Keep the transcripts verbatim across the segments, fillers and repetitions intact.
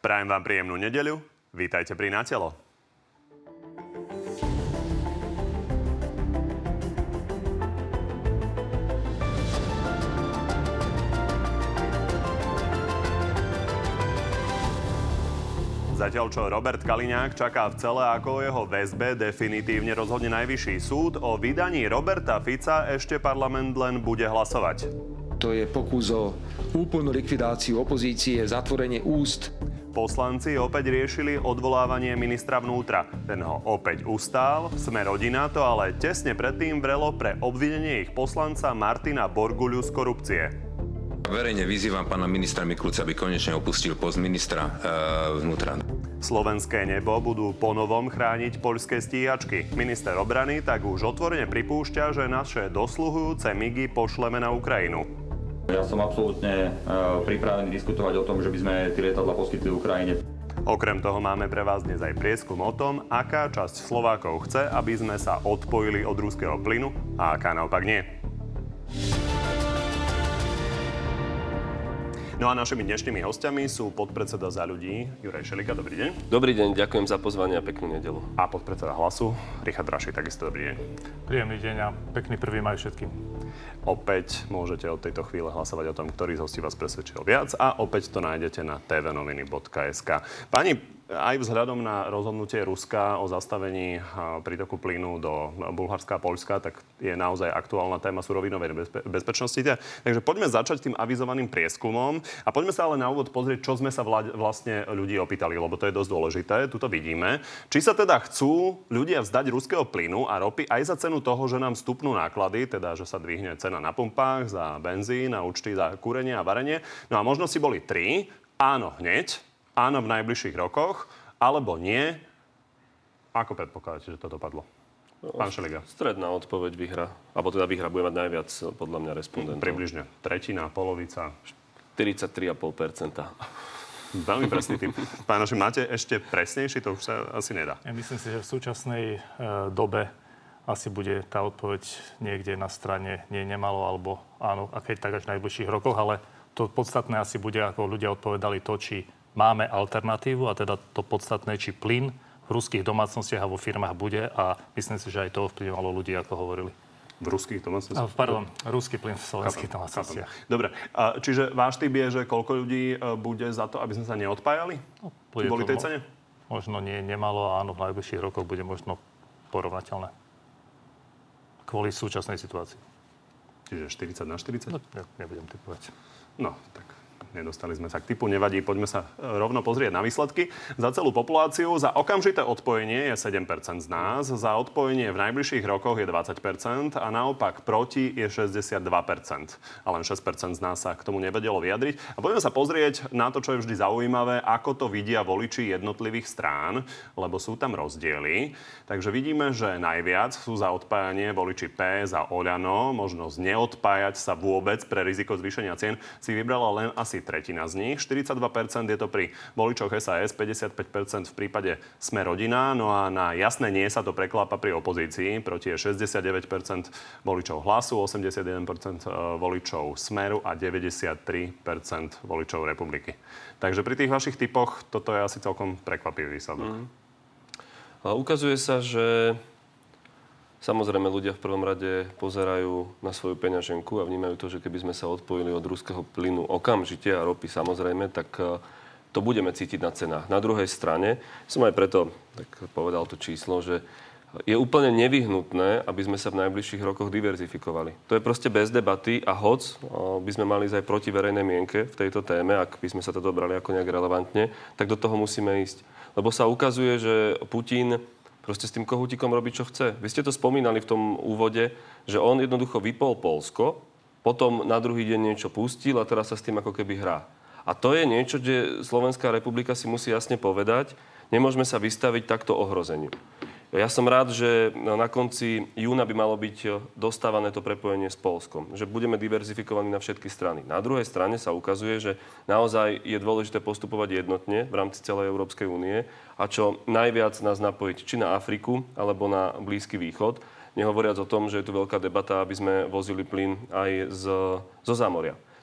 Prajem vám príjemnú nedeľu. Vítajte pri Na telo. Zatiaľ, čo Robert Kaliňák čaká v cele, ako o jeho väzbe definitívne rozhodne najvyšší súd, o vydaní Roberta Fica ešte parlament len bude hlasovať. To je pokus o úplnú likvidáciu opozície, zatvorenie úst. Poslanci opäť riešili odvolávanie ministra vnútra. Ten ho opäť ustál. Sme rodina to ale tesne predtým vrelo pre obvinenie ich poslanca Martina Borguľu z korupcie. Verejne vyzývam pána ministra Mikulca, aby konečne opustil post ministra e, vnútra. Slovenské nebo budú ponovom chrániť poľské stíhačky. Minister obrany tak už otvorene pripúšťa, že naše dosluhujúce migy pošleme na Ukrajinu. Ja som absolútne uh, pripravený diskutovať o tom, že by sme tie lietadlá poskytli Ukrajine. Okrem toho máme pre vás dnes aj prieskum o tom, aká časť Slovákov chce, aby sme sa odpojili od ruského plynu a aká naopak nie. No a našimi dnešnými hostiami sú podpredseda Za ľudí Juraj Šelika. Dobrý deň. Dobrý deň, ďakujem za pozvanie a peknú nedeľu. A podpredseda Hlasu Richard Raši, takisto dobrý deň. Príjemný deň a pekný prvý maj všetkým. Opäť môžete od tejto chvíle hlasovať o tom, ktorý z hostí vás presvedčil viac a opäť to nájdete na t v noviny bodka es ká. Pani, aj vzhľadom na rozhodnutie Ruska o zastavení prítoku plynu do Bulharska a Poľska, tak je naozaj aktuálna téma surovinovej bezpe- bezpečnosti. Takže poďme začať tým avizovaným prieskumom a poďme sa ale na úvod pozrieť, čo sme sa vla- vlastne ľudí opýtali, lebo to je dosť dôležité. Tuto vidíme. Či sa teda chcú ľudia vzdať ruského plynu a ropy aj za cenu toho, že nám stupnú náklady, teda že sa dvihne cena na pumpách za benzín a účty za kúrenie a varenie. No a možnosti boli tri. Áno hneď. Áno v najbližších rokoch, alebo nie. Ako predpokladáte, že to dopadlo? Pán Šeliga. Stredná odpoveď vyhra. Alebo teda vyhra bude mať najviac, podľa mňa, respondentov. Približne tretina, polovica. štyridsaťtri celá päť percenta. Veľmi presný tým. Pán Raši, máte ešte presnejší? To už sa asi nedá. Ja myslím si, že v súčasnej e, dobe asi bude tá odpoveď niekde na strane nie nemalo, alebo áno, a keď tak až v najbližších rokoch, ale to podstatné asi bude, ako ľudia odpovedali to, či máme alternatívu a teda to podstatné, či plyn v ruských domácnostiach a vo firmách bude a myslím si, že aj to ovplyvňovalo ľudí, ako hovorili. V ruských domácnostiach? Pardon, ruský plyn v slovenských domácnostiach. Dobre, a čiže váš typ je, že koľko ľudí bude za to, aby sme sa neodpájali? No, bude boli to tej cene? Možno nie nemalo a áno, v najbližších rokoch bude možno porovnateľné. Kvôli súčasnej situácii. Čiže štyridsať na štyridsať? No, ne, nebudem typovať. No, tak nedostali sme sa k typu, nevadí, poďme sa rovno pozrieť na výsledky. Za celú populáciu, za okamžité odpojenie je sedem percent z nás, za odpojenie v najbližších rokoch je dvadsať percent a naopak proti je šesťdesiatdva percent. A len šesť percent z nás sa k tomu nevedelo vyjadriť. A poďme sa pozrieť na to, čo je vždy zaujímavé, ako to vidia voliči jednotlivých strán, lebo sú tam rozdiely. Takže vidíme, že najviac sú za odpájanie voliči P, za Oľano, možnosť neodpájať sa vôbec pre riziko zvýšenia cien si vybrala len asi tretina z nich. štyridsaťdva percent je to pri voličoch es a es, päťdesiatpäť percent v prípade Sme rodina, no a na jasné nie sa to preklápa pri opozícii. Proti je šesťdesiatdeväť percent voličov Hlasu, osemdesiatjeden percent voličov Smeru a deväťdesiattri percent voličov Republiky. Takže pri tých vašich typoch toto je asi celkom prekvapivý výsledok. Mm. A ukazuje sa, že samozrejme ľudia v prvom rade pozerajú na svoju peňaženku a vnímajú to, že keby sme sa odpojili od ruského plynu okamžite a ropy samozrejme, tak to budeme cítiť na cenách. Na druhej strane, som aj preto tak povedal to číslo, že je úplne nevyhnutné, aby sme sa v najbližších rokoch diverzifikovali. To je proste bez debaty a hoc by sme mali ísť aj proti verejnej mienke v tejto téme, ak by sme sa to dobrali ako nejak relevantne, tak do toho musíme ísť. Lebo sa ukazuje, že Putin proste s tým kohútikom robí, čo chce. Vy ste to spomínali v tom úvode, že on jednoducho vypol Poľsko, potom na druhý deň niečo pustil a teraz sa s tým ako keby hrá. A to je niečo, kde Slovenská republika si musí jasne povedať, nemôžeme sa vystaviť takto ohrozeniu. Ja som rád, že na konci júna by malo byť dostávané to prepojenie s Poľskom. Že budeme diverzifikovaní na všetky strany. Na druhej strane sa ukazuje, že naozaj je dôležité postupovať jednotne v rámci celej Európskej únie a čo najviac nás napojiť či na Afriku, alebo na Blízky východ. Nehovoriac o tom, že je tu veľká debata, aby sme vozili plyn aj z, zo zámoria.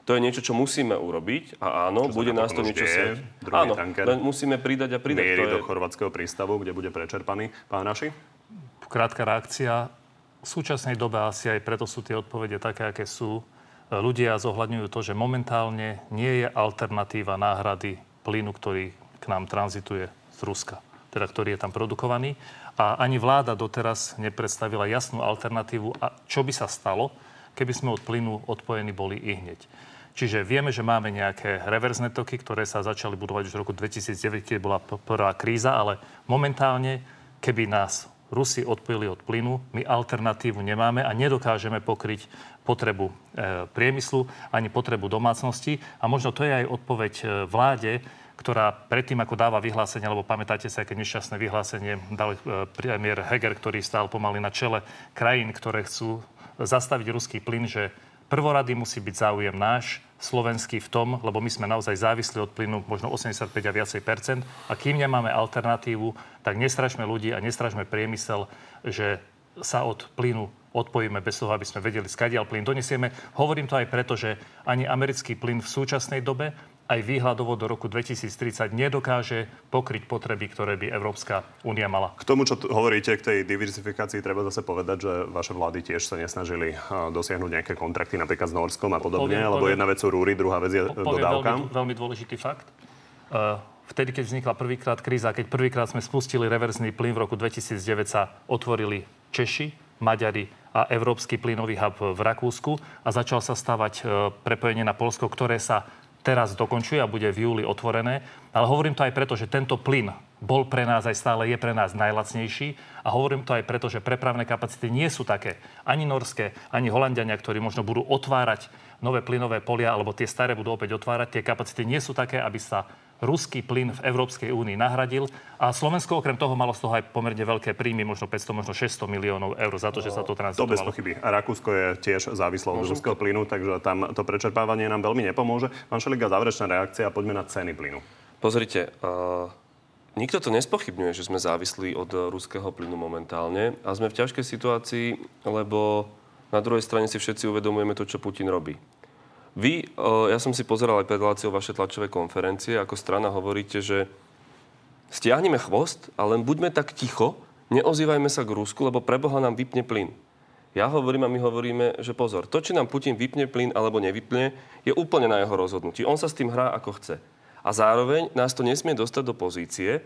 To je niečo, čo musíme urobiť a áno, čo bude nás to niečo deje, sa... druhý Áno, tanker len musíme pridať a pridať. mierí to je... do chorvátskeho prístavu, kde bude prečerpaný. Pán Raši? Krátka reakcia. V súčasnej dobe asi aj preto sú tie odpovede také, aké sú. Ľudia zohľadňujú to, že momentálne nie je alternatíva náhrady plynu, ktorý k nám tranzituje z Ruska, teda ktorý je tam produkovaný. A ani vláda doteraz nepredstavila jasnú alternatívu, a čo by sa stalo, keby sme od plynu odpojení boli i hneď. Čiže vieme, že máme nejaké reverzné toky, ktoré sa začali budovať už v roku dvetisícdeväť, keď bola prvá kríza, ale momentálne, keby nás Rusi odpojili od plynu, my alternatívu nemáme a nedokážeme pokryť potrebu e, priemyslu ani potrebu domácnosti. A možno to je aj odpoveď e, vláde, ktorá predtým, ako dáva vyhlásenie, alebo pamätáte sa, aké nešťastné vyhlásenie dal e, premiér Heger, ktorý stál pomaly na čele krajín, ktoré chcú zastaviť ruský plyn, že prvorady musí byť záujem náš, slovenský v tom, lebo my sme naozaj závislí od plynu možno osemdesiatpäť a viacej percent. A kým nemáme alternatívu, tak nestrašme ľudí a nestrašme priemysel, že sa od plynu odpojíme bez toho, aby sme vedeli, skadiaľ plyn donesieme. Hovorím to aj preto, že ani americký plyn v súčasnej dobe aj výhľadovo do roku dvetisíctridsať nedokáže pokryť potreby, ktoré by Európska únia mala. K tomu, čo t- hovoríte, k tej diverzifikácii, treba zase povedať, že vaše vlády tiež sa nesnažili uh, dosiahnuť nejaké kontrakty napríklad s Norskom a podobne, poviem, lebo poviem, jedna vec sú rúry, druhá vec je dodávka. Veľmi, veľmi dôležitý fakt. Uh, vtedy, keď vznikla prvýkrát kríza, keď prvýkrát sme spustili reverzný plyn v roku dvetisícdeväť, sa otvorili Češi, Maďari a európsky plynový hub v Rakúsku a začal sa stavať uh, prepojenie na Poľsko, ktoré sa teraz dokončuje a bude v júli otvorené. Ale hovorím to aj preto, že tento plyn bol pre nás aj stále je pre nás najlacnejší. A hovorím to aj preto, že prepravné kapacity nie sú také. Ani norské, ani Holanďania, ktorí možno budú otvárať nové plynové polia, alebo tie staré budú opäť otvárať. Tie kapacity nie sú také, aby sa ruský plyn v Európskej únii nahradil. A Slovensko okrem toho malo z toho aj pomerne veľké príjmy, možno päťsto, možno šesťsto miliónov eur za to, že sa to transitovalo. To bez pochyby. A Rakúsko je tiež závislé od ruského plynu, takže tam to prečerpávanie nám veľmi nepomôže. Pán Šeliga, záverečná reakcia, poďme na ceny plynu. Pozrite, uh, nikto to nespochybňuje, že sme závislí od ruského plynu momentálne a sme v ťažkej situácii, lebo na druhej strane si všetci uvedomujeme to, čo Putin robí. Vy, ja som si pozeral aj pred reláciou vaše tlačové konferencie, ako strana hovoríte, že stiahneme chvost a len buďme tak ticho, neozývajme sa k Rusku, lebo preboha nám vypne plyn. Ja hovorím a my hovoríme, že pozor, to, či nám Putin vypne plyn alebo nevypne, je úplne na jeho rozhodnutí. On sa s tým hrá ako chce. A zároveň nás to nesmie dostať do pozície,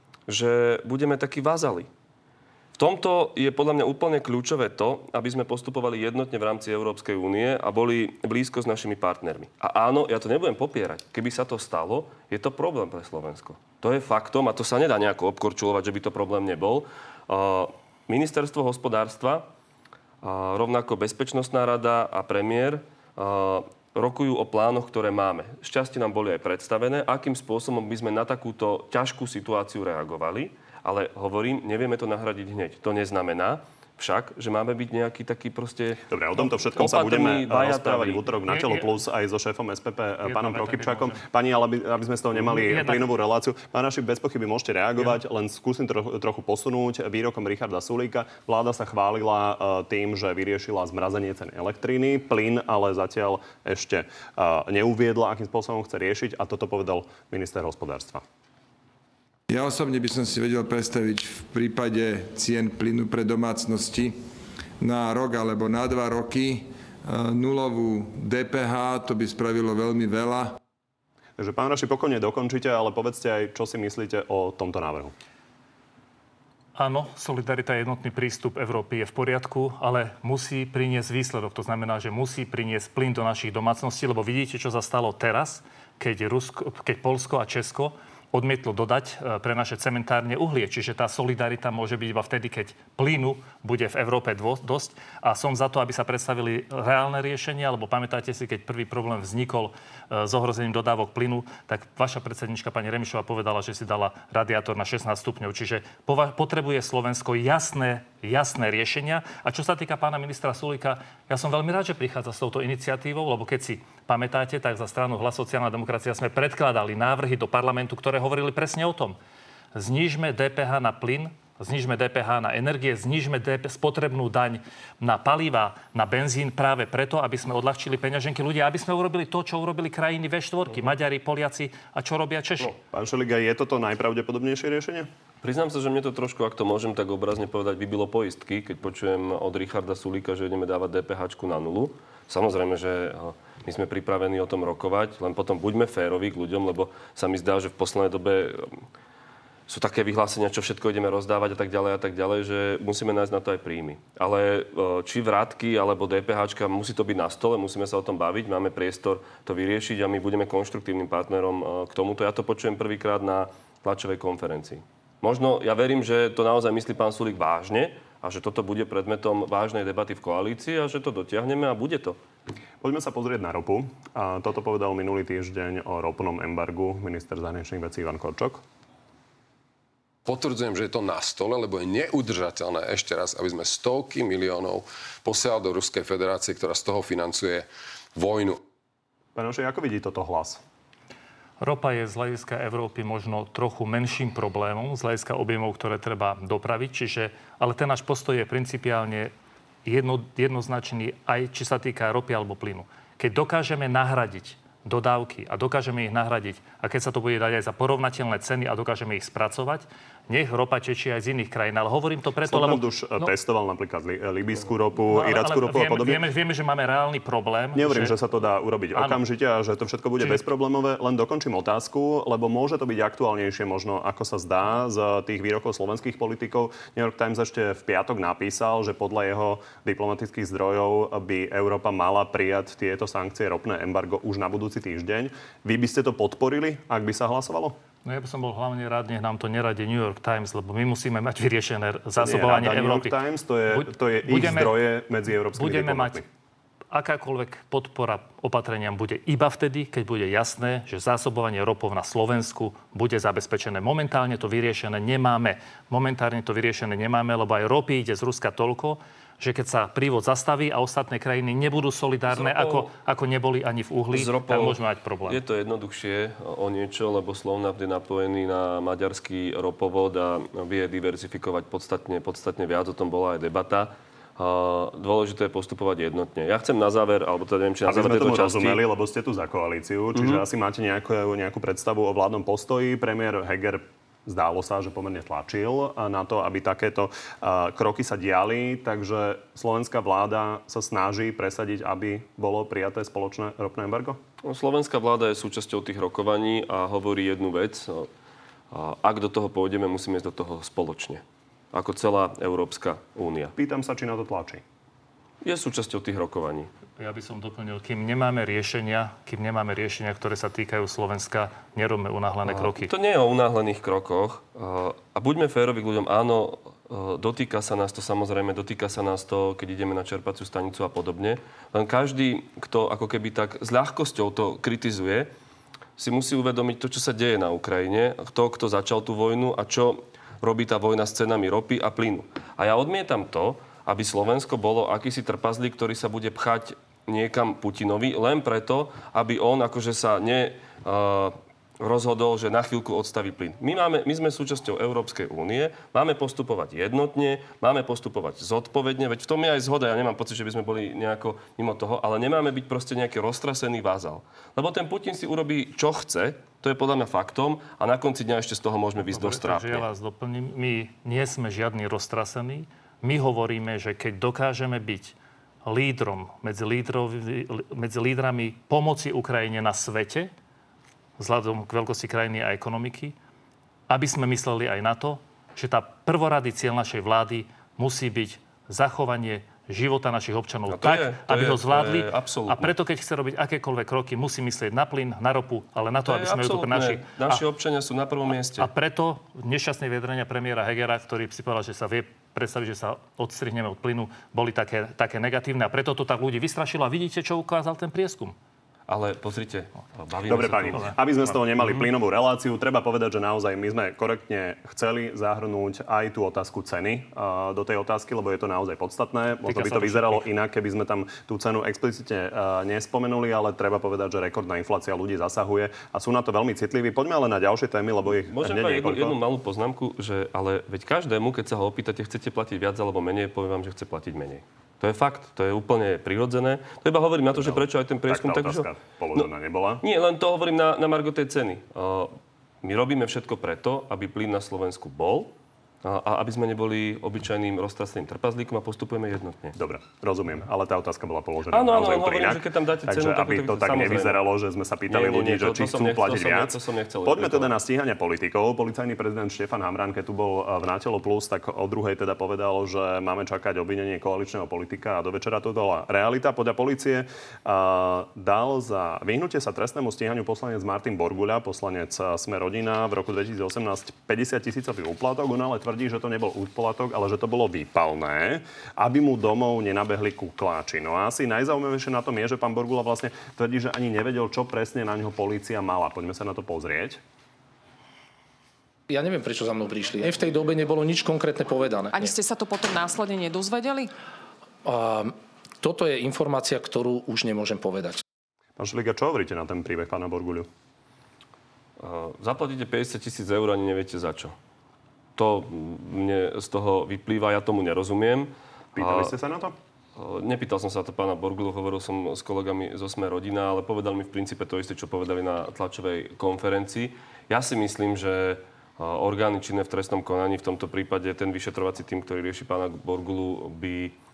že budeme takí vázali. V tomto je podľa mňa úplne kľúčové to, aby sme postupovali jednotne v rámci Európskej únie a boli blízko s našimi partnermi. A áno, ja to nebudem popierať. Keby sa to stalo, je to problém pre Slovensko. To je faktom a to sa nedá nejako obkorčulovať, že by to problém nebol. Ministerstvo hospodárstva, rovnako Bezpečnostná rada a premiér rokujú o plánoch, ktoré máme. Šťastie nám boli aj predstavené, akým spôsobom by sme na takúto ťažkú situáciu reagovali. Ale hovorím, nevieme to nahradiť hneď. To neznamená však, že máme byť nejaký taký proste... Dobre, o tomto všetkom sa budeme rozprávať v útorok na Telo Plus aj so šéfom es pé pé, pánom Prokypčákom. Pani, ale aby, aby sme z toho nemali plynovú reláciu. Pán Rašík, bez pochyby môžete reagovať, len skúsim tro, trochu posunúť výrokom Richarda Sulíka. Vláda sa chválila tým, že vyriešila zmrazenie cen elektriny. Plyn ale zatiaľ ešte neuviedla, akým spôsobom chce riešiť, a toto povedal minister hospodárstva. Ja osobne by som si vedel predstaviť v prípade cien plynu pre domácnosti na rok alebo na dva roky nulovú dé pé há, to by spravilo veľmi veľa. Takže pán Raši, pokojne dokončite, ale povedzte aj, čo si myslíte o tomto návrhu. Áno, solidarita a jednotný prístup Európy je v poriadku, ale musí priniesť výsledok. To znamená, že musí priniesť plyn do našich domácností, lebo vidíte, čo sa stalo teraz, keď, Rusko, keď Poľsko a Česko odmietlo dodať pre naše cementárne uhlie. Čiže tá solidarita môže byť iba vtedy, keď plynu bude v Európe dosť. A som za to, aby sa predstavili reálne riešenia, lebo pamätáte si, keď prvý problém vznikol s ohrozením dodávok plynu, tak vaša predsednička pani Remišová povedala, že si dala radiátor na šestnásť stupňov. Čiže potrebuje Slovensko jasné, jasné riešenia. A čo sa týka pána ministra Sulíka, ja som veľmi rád, že prichádza s touto iniciatívou, lebo keď si pamätáte, tak za stranu Hlas sociálna demokracia sme predkladali návrhy do parlamentu, ktoré hovorili presne o tom. Znížme dé pé há na plyn znižme dé pé há na energie, znižme dé pé, spotrebnú daň na paliva, na benzín práve preto, aby sme odľahčili peňaženky ľudia, aby sme urobili to, čo urobili krajiny vé štyri, Maďari, Poliaci a čo robia Češi. No, pán Šeliga, je toto najpravdepodobnejšie riešenie? Priznám sa, že mne to trošku, ak to môžem tak obrazne povedať, vybilo poistky, keď počujem od Richarda Sulíka, že ideme dávať dé pé háčku na nulu. Samozrejme, že my sme pripravení o tom rokovať, len potom buďme féroví k ľuďom, lebo sa mi zdá, že v poslednej dobe sú také vyhlásenia, čo všetko ideme rozdávať a tak ďalej a tak ďalej, že musíme nájsť na to aj príjmy. Ale či vrátky alebo dé pé háčka, musí to byť na stole, musíme sa o tom baviť, máme priestor to vyriešiť a my budeme konštruktívnym partnerom k tomuto. Ja to počujem prvýkrát na tlačovej konferencii. Možno, ja verím, že to naozaj myslí pán Sulík vážne a že toto bude predmetom vážnej debaty v koalícii a že to dotiahneme a bude to. Poďme sa pozrieť na ropu. A toto povedal minulý týždeň o ropnom embargu minister zahraničných vecí Ivan Korčok. Potvrdzujem, že je to na stole, lebo je neudržateľné ešte raz, aby sme stovky miliónov posielali do Ruskej federácie, ktorá z toho financuje vojnu. Pán Ošej, ako vidí toto Hlas? Ropa je z hľadiska Európy možno trochu menším problémom, z hľadiska objemov, ktoré treba dopraviť, čiže, ale ten náš postoj je principiálne jedno, jednoznačný, aj či sa týka ropy alebo plynu. Keď dokážeme nahradiť dodávky a dokážeme ich nahradiť a keď sa to bude dať aj za porovnateľné ceny a dokážeme ich spracovať, nech ropa tečie aj z iných krajín. Ale hovorím to preto, Slovensko lebo... už no, testoval napríklad li, libijskú ropu, no, irackú ropu vieme, a podobne. Vieme, vieme, že máme reálny problém. Nehovorím, že... že sa to dá urobiť áno. okamžite a že to všetko bude Čiže... bezproblémové. Len dokončím otázku, lebo môže to byť aktuálnejšie možno, ako sa zdá z tých výrokov slovenských politikov. New York Times ešte v piatok napísal, že podľa jeho diplomatických zdrojov by Európa mala prijať tieto sankcie, ropné embargo už na budúci týždeň. Vy by ste to podporili, ak by sa hlasovalo? No ja by som bol hlavne rád, nech nám to neradí New York Times, lebo my musíme mať vyriešené zásobovanie Nie, Európy. New York Times, to je, to je budeme, ich zdroje medzi európskymi budeme diplomatmi. Mať akákoľvek podpora opatreniam bude iba vtedy, keď bude jasné, že zásobovanie ropov na Slovensku bude zabezpečené. Momentálne to vyriešené nemáme. Momentálne to vyriešené nemáme, lebo aj ropy ide z Ruska toľko, že keď sa prívod zastaví a ostatné krajiny nebudú solidárne, ako, ako neboli ani v uhlí, tak môžeme mať problém. Je to jednoduchšie o niečo, lebo Slovnaft je napojený na maďarský ropovod a vie diverzifikovať podstatne, podstatne viac. O tom bola aj debata. Dôležité je postupovať jednotne. Ja chcem na záver, alebo to neviem, či na záver tejto časti... rozumeli, lebo ste tu za koalíciu, čiže mm-hmm. asi máte nejakú, nejakú predstavu o vládnom postoji. Premiér Heger zdálo sa, že pomerne tlačil na to, aby takéto uh, kroky sa diali, takže slovenská vláda sa snaží presadiť, aby bolo prijaté spoločné ropné embargo? Slovenská vláda je súčasťou tých rokovaní a hovorí jednu vec. Ak do toho pôjdeme, musíme ísť do toho spoločne. Ako celá Európska únia. Pýtam sa, či na to tlačí. Je súčasťou tých rokovaní. Ja by som doplnil, kým nemáme riešenia, kým nemáme riešenia, ktoré sa týkajú Slovenska, nerobme unáhlené kroky. To nie je o unáhlených krokoch. A buďme férovi k ľuďom. Áno, dotýka sa nás to samozrejme, dotýka sa nás to, keď ideme na čerpaciu stanicu a podobne. Len každý, kto ako keby tak s ľahkosťou to kritizuje, si musí uvedomiť to, čo sa deje na Ukrajine, kto, kto začal tú vojnu a čo robí tá vojna s cenami ropy a plynu. A ja odmietam to, aby Slovensko bolo akýsi trpazlík, ktorý sa bude pchať niekam Putinovi, len preto, aby on akože sa ne uh, rozhodol, že na chvíľku odstaví plyn. My, máme, my sme súčasťou Európskej únie, máme postupovať jednotne, máme postupovať zodpovedne, veď v tom je aj zhoda, ja nemám pocit, že by sme boli nejako mimo toho, ale nemáme byť proste nejaký roztrasený vázal. Lebo ten Putin si urobí, čo chce, to je podľa mňa faktom a na konci dňa ešte z toho môžeme výsť dosť trápne. Ja vás doplním, my nie sme žiadni roztrasení, my hovoríme, že keď dokážeme byť lídrom medzi, lídrov, medzi lídrami pomoci Ukrajine na svete, vzhľadom k veľkosti krajiny a ekonomiky, aby sme mysleli aj na to, že tá prvoradý cieľ našej vlády musí byť zachovanie života našich občanov to tak, je, aby je, ho zvládli. A preto, keď chce robiť akékoľvek kroky, musí myslieť na plyn, na ropu, ale na to, to aby sme ju tu pre naši... Naši občania sú na prvom mieste. A preto nešťastné vyjadrenia premiéra Hegera, ktorý si povedal, že sa vie predstaviť, že sa odstrihneme od plynu, boli také, také negatívne. A preto to tak ľudí vystrašilo. A vidíte, čo ukázal ten prieskum. Ale pozrite, bavíme Dobre, sa pani, tu. aby sme z toho nemali plynovú reláciu, treba povedať, že naozaj my sme korektne chceli zahrnúť aj tú otázku ceny uh, do tej otázky, lebo je to naozaj podstatné. Možno by to vyzeralo inak, keby sme tam tú cenu explicitne uh, nespomenuli, ale treba povedať, že rekordná inflácia ľudí zasahuje a sú na to veľmi citliví. Poďme ale na ďalšie témy, lebo ich Môžem hneď jednu, niekoľko. jednu malú poznámku, že ale veď každému, keď sa ho opýtate, chcete platiť viac alebo menej, poviem vám, že chce platiť menej. To je fakt, to je úplne prirodzené. To iba hovorím na to, že prečo aj ten prieskum... Tak tá otázka položená nebola. Nie, len to hovorím na, na margo tej ceny. Uh, my robíme všetko preto, aby plyn na Slovensku bol a, a aby sme neboli obyčajným roztraseným trpazlíkom a postupujeme jednotne. Dobre, rozumiem, ale tá otázka bola položená áno, naozaj áno, úplne hovorím, inak. že keď tam dáte Takže cenu, tak aby to, to tak samozrejme. nevyzeralo, že sme sa pýtali nie, nie, ľudí, nie, že to, či to chcú nech, platiť to som, viac. To som nechcel Poďme upetovať. teda na stíhanie politikov. Policajný prezident Štefan Hamran, keď tu bol v Nátelo Plus, tak o druhej teda povedal, že máme čakať obvinenie koaličného politika a do večera to bola realita. Podľa polície uh, dal za vyhnutie sa trestnému stíhaniu poslanec Martin Borguľa, poslanec Sme rodina, v roku dvetisícosemnásť päťdesiat tisícový úplatok. On ale tvrdí, že to nebol úplatok, ale že to bolo výpalné, aby mu domov nenabehli kukláči. No a asi najzaujímavejšie na tom je, že pán Borguľa vlastne tvrdí, že ani nevedel, čo presne na neho polícia mala. Poďme sa na to pozrieť. Ja neviem, prečo za mnou prišli. V tej dobe nebolo nič konkrétne povedané. Ani ste sa to potom následne nedozvedeli? A toto je informácia, ktorú už nemôžem povedať. Pán Šeliga, čo hovoríte na ten príbeh pána Borguľu? Uh, zaplatíte päťdesiat tisíc eur, ani neviete za čo. To mne z toho vyplýva, ja tomu nerozumiem. Pýtali ste sa na to? Nepýtal som sa to pána Borguľu, hovoril som s kolegami zo Sme rodina, ale povedal mi v princípe to isté, čo povedali na tlačovej konferencii. Ja si myslím, že orgány činné v trestnom konaní, v tomto prípade ten vyšetrovací tým, ktorý rieši pána Borguľu, by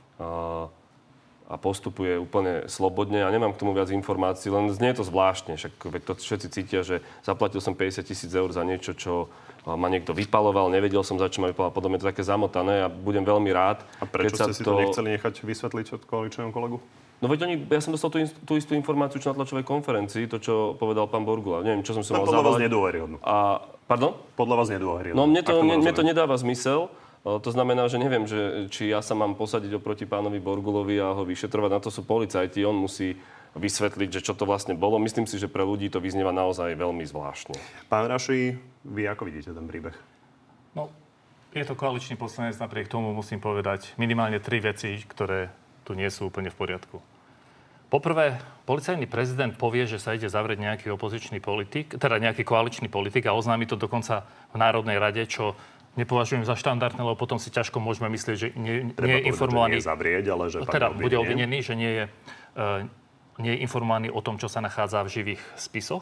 a postupuje úplne slobodne. Ja nemám k tomu viac informácií, len znie to zvláštne. Však veď to všetci cítia, že zaplatil som päťdesiat tisíc eur za niečo, čo ma niekto vypaloval, nevedel som, za čo ma vypaloval. Podobne je to také zamotané a budem veľmi rád. A prečo keď ste si to... to nechceli nechať vysvetliť od koaličného kolegu? No veď oni, ja som dostal tú, tú istú informáciu, čo na tlačovej konferencii, to, čo povedal pán Borguľa. Neviem, čo som si mal podľa zavolať. vás nedôveryhodnú. A, pardon? Podľa vás nedôveryhodnú. No mne to, mne, mne to nedáva zmysel. To znamená, že neviem, že, či ja sa mám posadiť oproti pánovi Borguľovi a ho vyšetrovať. Na to sú policajti. On musí vysvetliť, že čo to vlastne bolo. Myslím si, že pre ľudí to vyznieva naozaj veľmi zvláštne. Pán Raši, vy ako vidíte ten príbeh? No, je to koaličný poslanec, napriek tomu musím povedať minimálne tri veci, ktoré tu nie sú úplne v poriadku. Poprvé, policajný prezident povie, že sa ide zavrieť nejaký opozičný politik, teda nejaký koaličný politik a oznámi to dokonca v Národnej rade, čo nepovažujem za štandardné, lebo potom si ťažko môžeme myslieť, že nie, nie je informovaný. Že nie zavrieť, ale že teda bude obvinený, že nie je, uh, nie je informovaný o tom, čo sa nachádza v živých spisoch.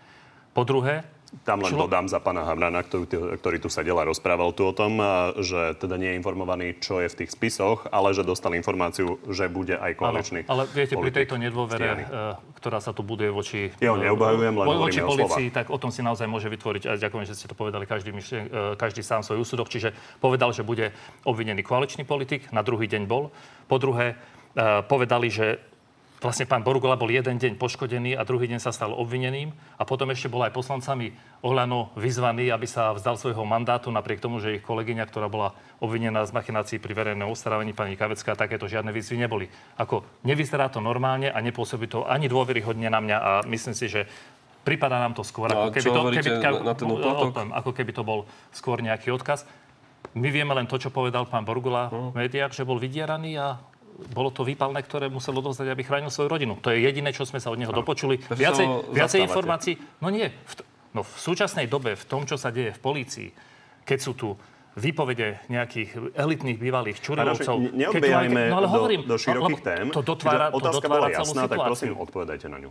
Po druhé, tam len Člo... dodám za pána Hamrana, ktorý, ktorý tu sedel a rozprával tu o tom, že teda nie je informovaný, čo je v tých spisoch, ale že dostal informáciu, že bude aj koaličný. Ale viete, pri tejto nedôvere, stianý. ktorá sa tu buduje voči... Ja ho neobhajujem, len voči hovoríme o polícii, slova. tak o tom si naozaj môže vytvoriť, a ďakujem, že ste to povedali, každý, myšlen, každý sám svoj úsudok. Čiže povedal, že bude obvinený koaličný politik, na druhý deň bol. Po druhé, povedali, že vlastne pán Borguľa bol jeden deň poškodený a druhý deň sa stal obvineným a potom ešte bol aj poslancami Oľano vyzvaný, aby sa vzdal svojho mandátu, napriek tomu, že ich kolegyňa, ktorá bola obvinená z machinácií pri verejnom obstarávaní, pani Kavecká, takéto žiadne výzvy neboli. Ako nevyzerá to normálne a nepôsobí to ani dôveryhodne na mňa a myslím si, že pripadá nám to skôr, no, ako keby to, keby, na ten úplatok? ako keby to bol skôr nejaký odkaz. My vieme len to, čo povedal pán Borguľa v médiách, že bol vydieraný a bolo to výpalné, ktoré musel odovzdať, aby chránil svoju rodinu. To je jediné, čo sme sa od neho dopočuli. Viacej, viacej informácií. No nie. V, t- no v súčasnej dobe, v tom, čo sa deje v polícii, keď sú tu výpovede nejakých elitných bývalých čurilovcov... Neodbiehajme no, do, do širokých tém. To dotvára, to otázka dotvára bola celú jasná, situáciu. tak prosím, odpovedajte na ňu.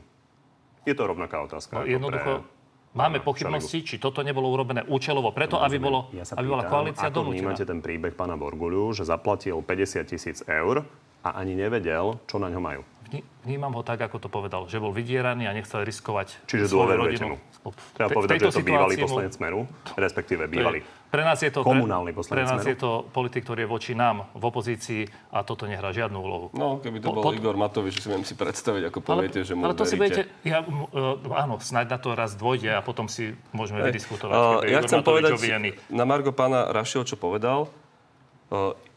Je to rovnaká otázka. No, jednoducho, pre... máme pochybnosti, či toto nebolo urobené účelovo preto, no, aby, bolo, ja aby bola koalícia donútená. Ako vnímate ten príbeh pána Borguľu, že zaplatil päťdesiat tisíc eur a ani nevedel, čo na ňo majú? Vnímam ho tak, ako to povedal, že bol vydieraný a nechcel riskovať Čiže svoju dôverujete rodinu. mu? Treba v povedať, že je to bývalý poslanec Smeru, respektíve bývalý pre nás je to, komunálny poslanec Pre nás Smeru. je to politik, ktorý je voči nám v opozícii a toto nehrá žiadnu úlohu. No, keby to bol po, Igor Matovič, si viem si predstaviť, ako poviete, ale, že mu ale to veríte. si budete, ja, uh, áno, snáď na to raz dôjde a potom si môžeme Ej, vydiskutovať. Uh, ja chcem Matovič povedať obvinený. Na margo pána Rašiho, čo povedal, uh,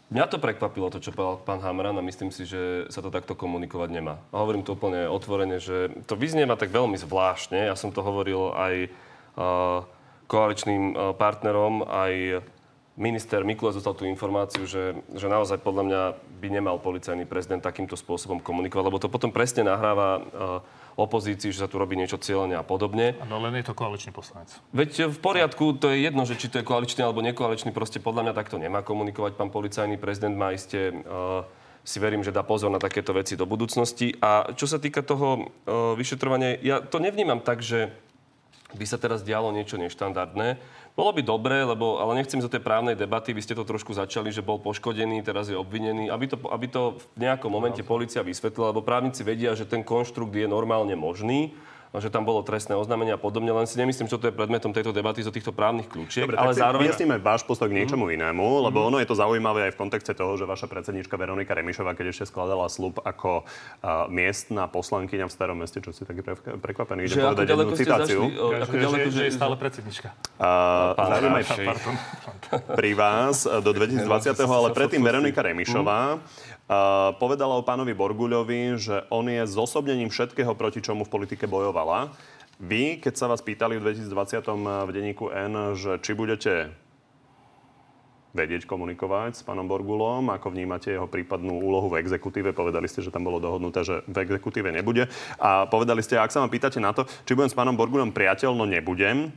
Mňa to prekvapilo, to, čo povedal pán Hamran, a myslím si, že sa to takto komunikovať nemá. A hovorím to úplne otvorene, že to vyznieva tak veľmi zvláštne. Ja som to hovoril aj uh, koaličným uh, partnerom, aj minister Mikulec dostal tú informáciu, že, že naozaj podľa mňa by nemal policajný prezident takýmto spôsobom komunikovať, lebo to potom presne nahráva uh, opozícii, že sa tu robí niečo cieľene a podobne. No len je to koaličný poslanec. Veď v poriadku, to je jedno, že či to je koaličný alebo nekoaličný, proste podľa mňa takto nemá komunikovať pán policajný prezident, má iste, uh, si verím, že dá pozor na takéto veci do budúcnosti. A čo sa týka toho uh, vyšetrovania, ja to nevnímam tak, že by sa teraz dialo niečo neštandardné. Bolo by dobré, lebo, ale nechcem zo tej právnej debaty, vy ste to trošku začali, že bol poškodený, teraz je obvinený, aby to, aby to v nejakom momente polícia vysvetlila, lebo právnici vedia, že ten konštrukt je normálne možný, že tam bolo trestné oznámenie a podobne, len si nemyslím, čo to je predmetom tejto debaty zo týchto právnych kľúčiek. Dobre, ale tak zároveň vyjasníme váš postoj k niečomu mm. inému, lebo mm. ono je to zaujímavé aj v kontexte toho, že vaša predsedníčka Veronika Remišová, keď ešte skladala sľub ako uh, miestna poslankyňa v Starom meste, čo ste taký pre, prekvapený, ide povedať jednu citáciu. Že, že je stále predsednička. Uh, Zaujímavé pri vás do dvetisícdvadsiateho ale predtým Veronika Remišová Uh, povedala o pánovi Borguľovi, že on je zosobnením všetkého, proti čomu v politike bojovala. Vy, keď sa vás pýtali v dvetisícdvadsiatom v denníku N, že či budete vedieť komunikovať s pánom Borguľom, ako vnímate jeho prípadnú úlohu v exekutíve, povedali ste, že tam bolo dohodnuté, že v exekutíve nebude. A povedali ste, ak sa ma pýtate na to, či budem s pánom Borguľom priateľ, no nebudem.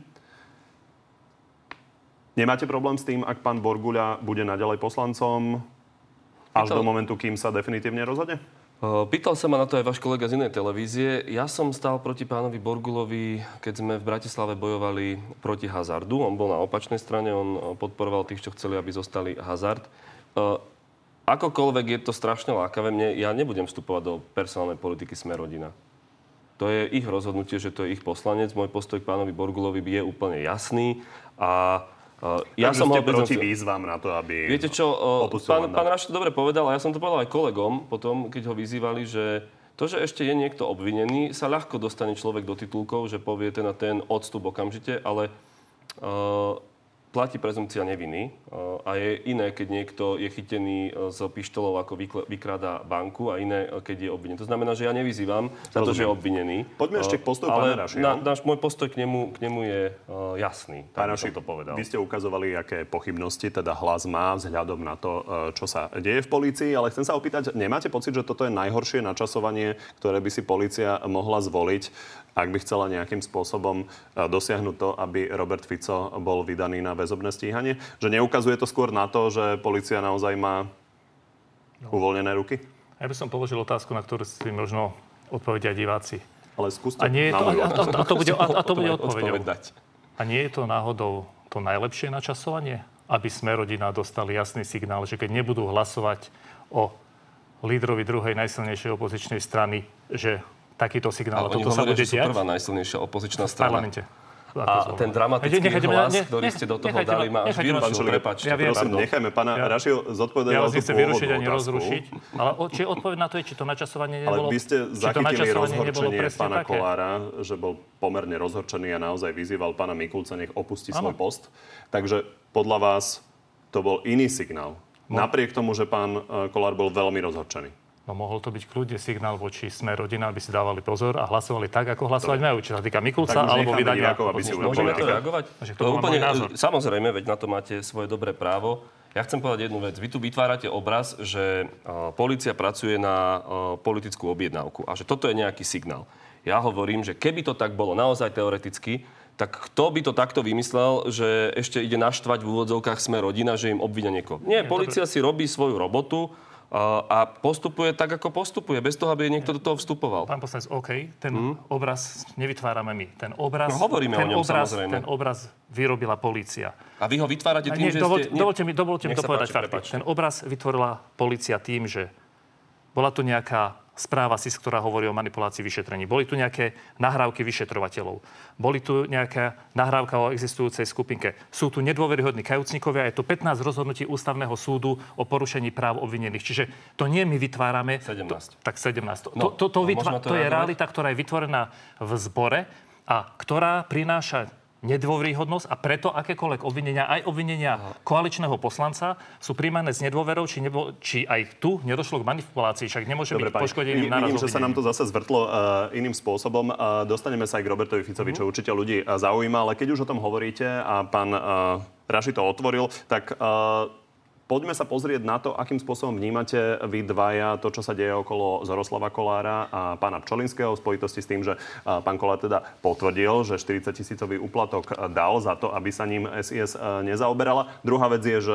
Nemáte problém s tým, ak pán Borguľa bude naďalej poslancom až Pýtal... do momentu, kým sa definitívne rozhodne? Pýtal sa ma na to aj váš kolega z inej televízie. Ja som stál proti pánovi Borguľovi, keď sme v Bratislave bojovali proti hazardu. On bol na opačnej strane, on podporoval tých, čo chceli, aby zostali hazard. Akokoľvek je to strašne lákavé, mne, ja nebudem vstupovať do personálnej politiky Sme rodina. To je ich rozhodnutie, že to je ich poslanec. Môj postoj k pánovi Borguľovi je úplne jasný a Uh, ja Takže som ste ho proti výzvam na to, aby Viete čo, uh, pán, pán Raš to dobre povedal, a ja som to povedal aj kolegom potom, keď ho vyzývali, že to, že ešte je niekto obvinený, sa ľahko dostane človek do titulkov, že povie ten a ten odstup okamžite, ale uh, platí prezumpcia neviny uh, a je iné, keď niekto je chytený uh, s pištolou, ako vykl- vykrádá banku, a iné, uh, keď je obvinený. To znamená, že ja nevyzývam za to, že je obvinený. Poďme uh, ešte k postoju pána Rašiho. Ale náš môj postoj k nemu, k nemu je uh, jasný. Pán Raši, to povedal. Vy ste ukazovali, aké pochybnosti teda Hlas má vzhľadom na to, uh, čo sa deje v polícii, ale chcem sa opýtať, nemáte pocit, že toto je najhoršie načasovanie, ktoré by si polícia mohla zvoliť, ak by chcela nejakým spôsobom dosiahnuť to, aby Robert Fico bol vydaný na väzobné stíhanie? Že neukazuje to skôr na to, že polícia naozaj má uvoľnené ruky? Ja by som položil otázku, na ktorú si možno odpovedia diváci. Ale skúste. A, nie je to, a, a, a to bude, a, a to bude odpovedou. A nie je to náhodou to najlepšie načasovanie? Aby Sme rodina dostali jasný signál, že keď nebudú hlasovať o lídrovi druhej najsilnejšej opozičnej strany, že takýto signál. Ale toto sa bude diať? Prvá najsilnejšia opozičná strana. V parlamente. A ten dramatický nechajte, hlas, nech, ktorý ste do toho nechajte, dali, ma až vyrušil. Prepáčte. Ja prosím, nechajme pána ja, Rašiho zodpovedať ja na tú pôvodnú vyrušiť ani rozrušiť. Ale či odpoveď na to je, či to načasovanie nebolo... Ale vy ste zachytili rozhorčenie pána také? Kolára, že bol pomerne rozhorčený a naozaj vyzýval pána Mikulca, nech opustí ano. svoj post. Takže podľa vás to bol iný signál. No. Napriek tomu, že pán Kolár bol veľmi rozhorčený. No mohol to byť kľudne signál voči Sme rodina, aby si dávali pozor a hlasovali tak, ako hlasovať majú. Či sa týka Mikulca alebo vydania. Môžeme to reagovať? To úplne, samozrejme, veď na to máte svoje dobré právo. Ja chcem povedať jednu vec. Vy tu vytvárate obraz, že uh, polícia pracuje na uh, politickú objednávku a že toto je nejaký signál. Ja hovorím, že keby to tak bolo naozaj teoreticky, tak kto by to takto vymyslel, že ešte ide naštvať v úvodzovkách Sme rodina, že im obvinia niekoho. Nie, polícia si robí svoju robotu a postupuje tak, ako postupuje, bez toho, aby niekto do toho vstupoval. Pán poslanec, OK, ten mm. obraz nevytvárame my. Ten obraz, no, hovoríme ten o ňom, obraz, samozrejme. Ten obraz vyrobila polícia. A vy ho vytvárate tým, nie, že dovolte, ste... Nie, dovolte mi, dovolte mi to povedať páči, fakty. Ten obraz vytvorila polícia tým, že bola tu nejaká správa es í es, ktorá hovorí o manipulácii vyšetrení. Boli tu nejaké nahrávky vyšetrovateľov. Boli tu nejaká nahrávka o existujúcej skupinke. Sú tu nedôveryhodní kajúcnikovia. Je tu pätnásť rozhodnutí ústavného súdu o porušení práv obvinených. Čiže to nie my vytvárame. sedemnásť. To, tak sedemnásť. No, to, to, to, vytvá, to, to je realita, ktorá je vytvorená v zbore a ktorá prináša nedôveryhodnosť a preto akékoľvek obvinenia, aj obvinenia koaličného poslanca sú príjmané s nedôverou, či, nebo, či aj tu nedošlo k manipulácii, však nemôže Dobre, byť poškodením naraz obvinenia. Vidím, že sa nám to zase zvrtlo uh, iným spôsobom. Uh, dostaneme sa aj k Robertovi Ficovi, mm-hmm. čo určite ľudí uh, zaujíma, ale keď už o tom hovoríte a pán uh, Raši to otvoril, tak... Uh, Poďme sa pozrieť na to, akým spôsobom vnímate vy dvaja to, čo sa deje okolo Zoroslava Kollára a pána Pčolinského v spojitosti s tým, že pán Kollár teda potvrdil, že štyridsať tisícový úplatok dal za to, aby sa ním es í es nezaoberala. Druhá vec je, že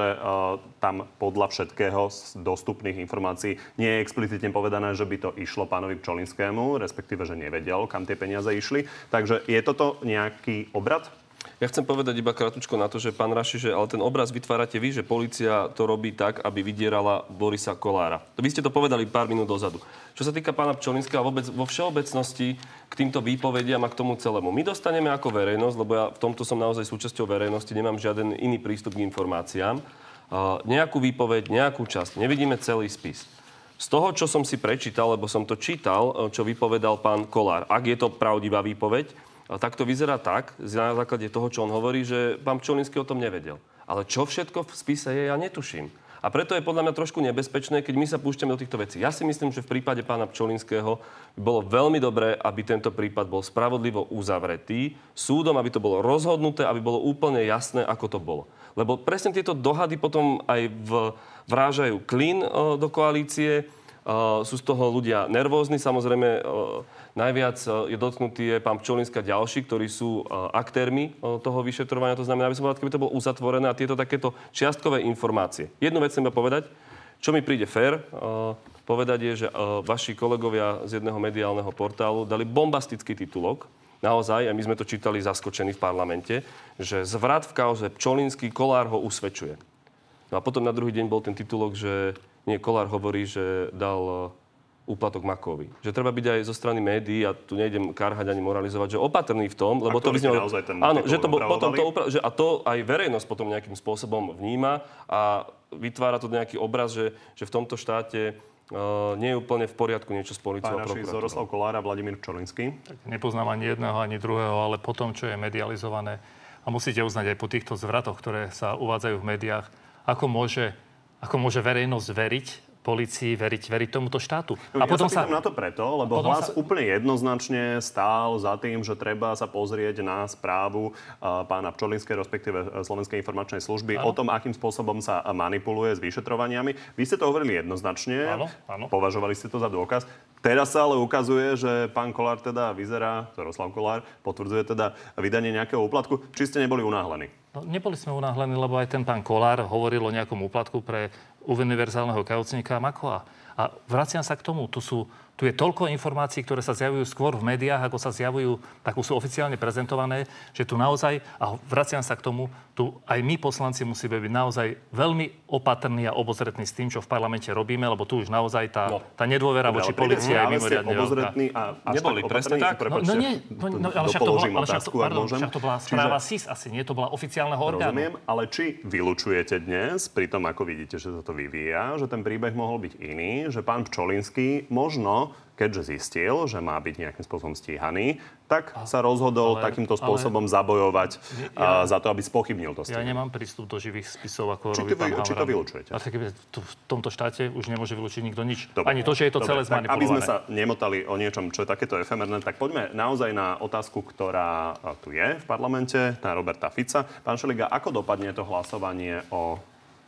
tam podľa všetkého z dostupných informácií nie je explicitne povedané, že by to išlo pánovi Pčolinskému, respektíve, že nevedel, kam tie peniaze išli. Takže je toto nejaký obrad? Ja chcem povedať iba kratučko na to, že pán Raši, že ale ten obraz vytvárate vy, že polícia to robí tak, aby vydierala Borisa Kollára. Vy ste to povedali pár minút dozadu. Čo sa týka pána Pčolinského, vôbec vo všeobecnosti k týmto výpovediam a k tomu celému. My dostaneme ako verejnosť, lebo ja v tomto som naozaj súčasťou verejnosti, nemám žiaden iný prístup k informáciám, uh, nejakú výpoveď, nejakú časť. Nevidíme celý spis. Z toho, čo som si prečítal, lebo som to čítal, čo vypovedal pán Kollár, ak je to pravdivá výpoveď, tak to vyzerá tak, na základe toho, čo on hovorí, že pán Pčolinský o tom nevedel. Ale čo všetko v spise je, ja netuším. A preto je podľa mňa trošku nebezpečné, keď my sa púšťame do týchto vecí. Ja si myslím, že v prípade pána Pčolinského by bolo veľmi dobré, aby tento prípad bol spravodlivo uzavretý súdom, aby to bolo rozhodnuté, aby bolo úplne jasné, ako to bolo. Lebo presne tieto dohady potom aj v, vrážajú klin o, do koalície. Uh, sú z toho ľudia nervózni. Samozrejme, uh, najviac uh, je dotknutý je pán Pčolinský a ďalší, ktorí sú uh, aktérmi uh, toho vyšetrovania. To znamená, aby som povedal, keby to bolo uzatvorené a tieto takéto čiastkové informácie. Jednu vec chcem povedať, čo mi príde fér, uh, povedať je, že uh, vaši kolegovia z jedného mediálneho portálu dali bombastický titulok. Naozaj, a my sme to čítali zaskočení v parlamente, že zvrat v kauze Pčolinský, Kollár ho usvedčuje. No a potom na druhý deň bol ten titulok, že nie, Kollár hovorí, že dal úplatok Makovi. Že treba byť aj zo strany médií, a tu nejdem karhať ani moralizovať, že opatrný v tom, lebo to by znelo... Áno, že to potom to upra- že, a to aj verejnosť potom nejakým spôsobom vníma a vytvára to nejaký obraz, že, že v tomto štáte uh, nie je úplne v poriadku niečo s políciou a prokuratúrou. Pán Raši, Zoroslav Kollár a Vladimír Pčolinský. Tak nepoznám ani jedného, ani druhého, ale po tom, čo je medializované, a musíte uznať aj po týchto zvratoch, ktoré sa uvádzajú v médiách, ako môže Ako môže verejnosť veriť polícii, veriť, veriť tomuto štátu. No, a ja potom sa pýtam sa... na to preto, lebo Hlas sa... úplne jednoznačne stál za tým, že treba sa pozrieť na správu uh, pána Pčolinského, respektíve Slovenskej informačnej služby, áno, o tom, akým spôsobom sa manipuluje s vyšetrovaniami. Vy ste to hovorili jednoznačne, áno, áno. Považovali ste to za dôkaz. Teraz sa ale ukazuje, že pán Kollár teda vyzerá, Zoroslav Kollár, potvrdzuje teda vydanie nejakého úplatku. Či ste neboli unáhlení? No, neboli sme unáhlení, lebo aj ten pán Kollár hovoril o nejakom úplatku pre univerzálneho kajúcnika Makoa. A vraciam sa k tomu. Tu, sú, tu je toľko informácií, ktoré sa zjavujú skôr v médiách, ako sa zjavujú, tak sú oficiálne prezentované, že tu naozaj, a vraciam sa k tomu, tu aj my poslanci musíme byť naozaj veľmi opatrní a obozretní s tým, čo v parlamente robíme, lebo tu už naozaj tá, no. tá nedôvera voči polícii je mimoriadne veľká. A neboli presne tak? No, no nie, no, ale však to, bola, ale však to, pardon, však to bola správa Čiže, es í es asi, nie? To bola oficiálneho orgánu. Rozumiem, ale či vylučujete dnes, pri tom, ako vidíte, že sa to vyvíja, že ten príbeh mohol byť iný, že pán Pčolinský možno, keďže zistil, že má byť nejakým spôsobom stíhaný, tak sa rozhodol ale, takýmto spôsobom ale, zabojovať ja, za to, aby spochybnil to stíhanie. Ja nemám prístup do živých spisov, ako či robí to, pán Havran. Či to vylučujete? A tak v tomto štáte už nemôže vylúčiť nikto nič. Dobre, ani to, že je to dobre, celé zmanipulované. Aby sme sa nemotali o niečom, čo je takéto efemerné, tak poďme naozaj na otázku, ktorá tu je v parlamente, na Roberta Fica. Pán Šeliga, ako dopadne to hlasovanie o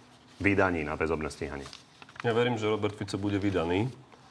vydaní na väzobné stíhanie? Ja verím, že Robert Fico bude vydaný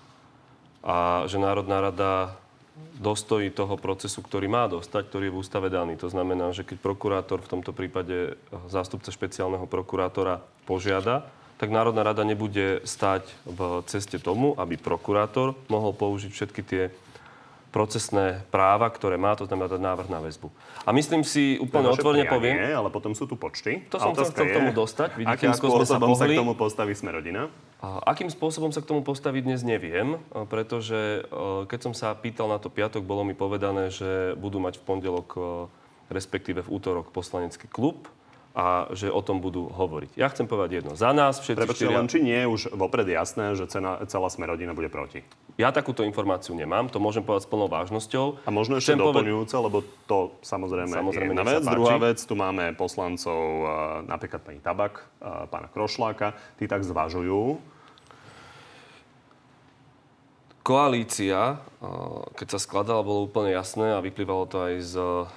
a že Národná rada dostojí toho procesu, ktorý má dostať, ktorý je v ústave daný. To znamená, že keď prokurátor, v tomto prípade zástupca špeciálneho prokurátora, požiada, tak Národná rada nebude stáť v ceste tomu, aby prokurátor mohol použiť všetky tie procesné práva, ktoré má, to znamená dať návrh na väzbu. A myslím si, úplne otvorene poviem... Nie, ale potom sú tu počty. To som chcel k tomu dostať. Vidíte, akým spôsobom sa k tomu postaví Smer-rodina? A akým spôsobom sa k tomu postaviť dnes neviem, pretože keď som sa pýtal na to piatok, bolo mi povedané, že budú mať v pondelok, respektíve v útorok poslanecký klub a že o tom budú hovoriť. Ja chcem povedať jedno. Za nás všetci Prepačte, štyria... len či nie je už vopred jasné, že cena, celá Smer-rodina bude proti? Ja takúto informáciu nemám, to môžem povedať s plnou vážnosťou. A možno ešte Chcem doplňujúce, povedať... lebo to samozrejme, samozrejme je jedna vec. Druhá vec, tu máme poslancov, napríklad pani Tabak, pána Krošláka, tí tak zvažujú. Koalícia, keď sa skladala, bolo úplne jasné a vyplývalo to aj z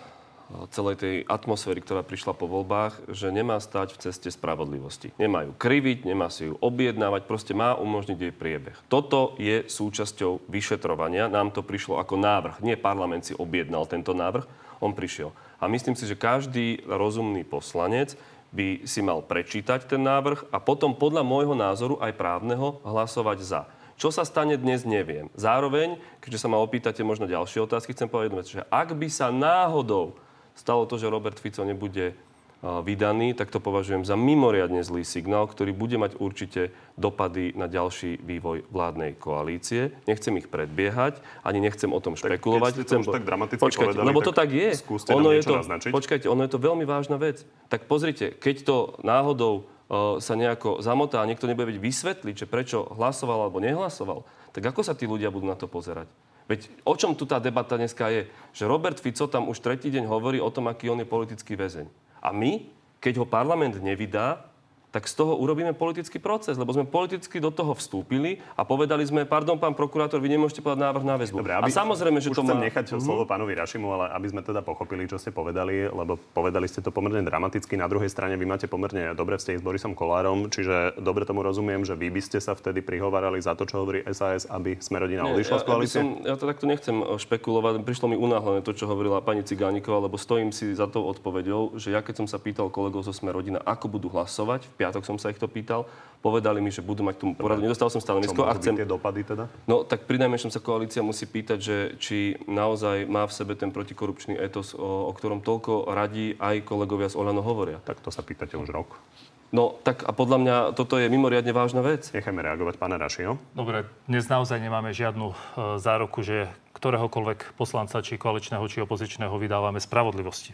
celej tej atmosféry, ktorá prišla po voľbách, že nemá stať v ceste spravodlivosti. Nemá ju kriviť, nemá si ju objednávať, proste má umožniť jej priebeh. Toto je súčasťou vyšetrovania. Nám to prišlo ako návrh. Nie parlament si objednal tento návrh, on prišiel. A myslím si, že každý rozumný poslanec by si mal prečítať ten návrh a potom podľa môjho názoru aj právneho hlasovať za. Čo sa stane dnes, neviem. Zároveň, keďže sa ma opýtate možno ďalšie otázky, chcem povedať jednu vec, že ak by sa náhodou stalo to, že Robert Fico nebude vydaný, tak to považujem za mimoriadne zlý signál, ktorý bude mať určite dopady na ďalší vývoj vládnej koalície. Nechcem ich predbiehať, ani nechcem o tom špekulovať. Keď ste to už tak dramaticky počkajte, povedali, lebo to tak je. Skúste ono nám je niečo to, naznačiť. Počkajte, ono je to veľmi vážna vec. Tak pozrite, keď to náhodou uh, sa nejako zamotá a niekto nebude vedieť vysvetliť, že prečo hlasoval alebo nehlasoval, tak ako sa tí ľudia budú na to pozerať? Veď o čom tu tá debata dneska je? Že Robert Fico tam už tretí deň hovorí o tom, aký on je politický väzeň. A my, keď ho parlament nevydá, tak z toho urobíme politický proces, lebo sme politicky do toho vstúpili a povedali sme, pardon, pán prokurátor, vy nemôžete podať návrh na väzbu. Dobre, aby, a samozrejme, že už to chcem má... nechať mm-hmm. slovo pánovi Rašimu, ale aby sme teda pochopili, čo ste povedali, lebo povedali ste to pomerne dramaticky. Na druhej strane vy máte pomerne dobré vzťahy s Borisom Kollárom, čiže dobre tomu rozumiem, že vy by ste sa vtedy prihovarali za to, čo hovorí es a es, aby Smer-rodina odišla z koalície. Ja, ja to takto nechcem špekulovať. Prišlo mi unáhlené to, čo hovorila pani Cigániková, lebo stojím si za tou odpoveďou, že ja keď som sa pýtal kolegov zo Smer-rodina, ako budú hlasovať, v piatok som sa ich to pýtal, povedali mi, že budú mať k tomu poradu. Nedostal som stanovisko a chcem... Čo môžu byť tie dopady teda? No, tak prinajmenšom sa koalícia musí pýtať, že či naozaj má v sebe ten protikorupčný etos, o, o ktorom toľko radí aj kolegovia z Oľano hovoria. Tak to sa pýtate už rok. No, tak a podľa mňa toto je mimoriadne vážna vec. Nechajme reagovať pána Rašiho. Dobre, dnes naozaj nemáme žiadnu e, záruku, že ktoréhokoľvek poslanca, či koaličného, či opozičného vydávame spravodlivosti.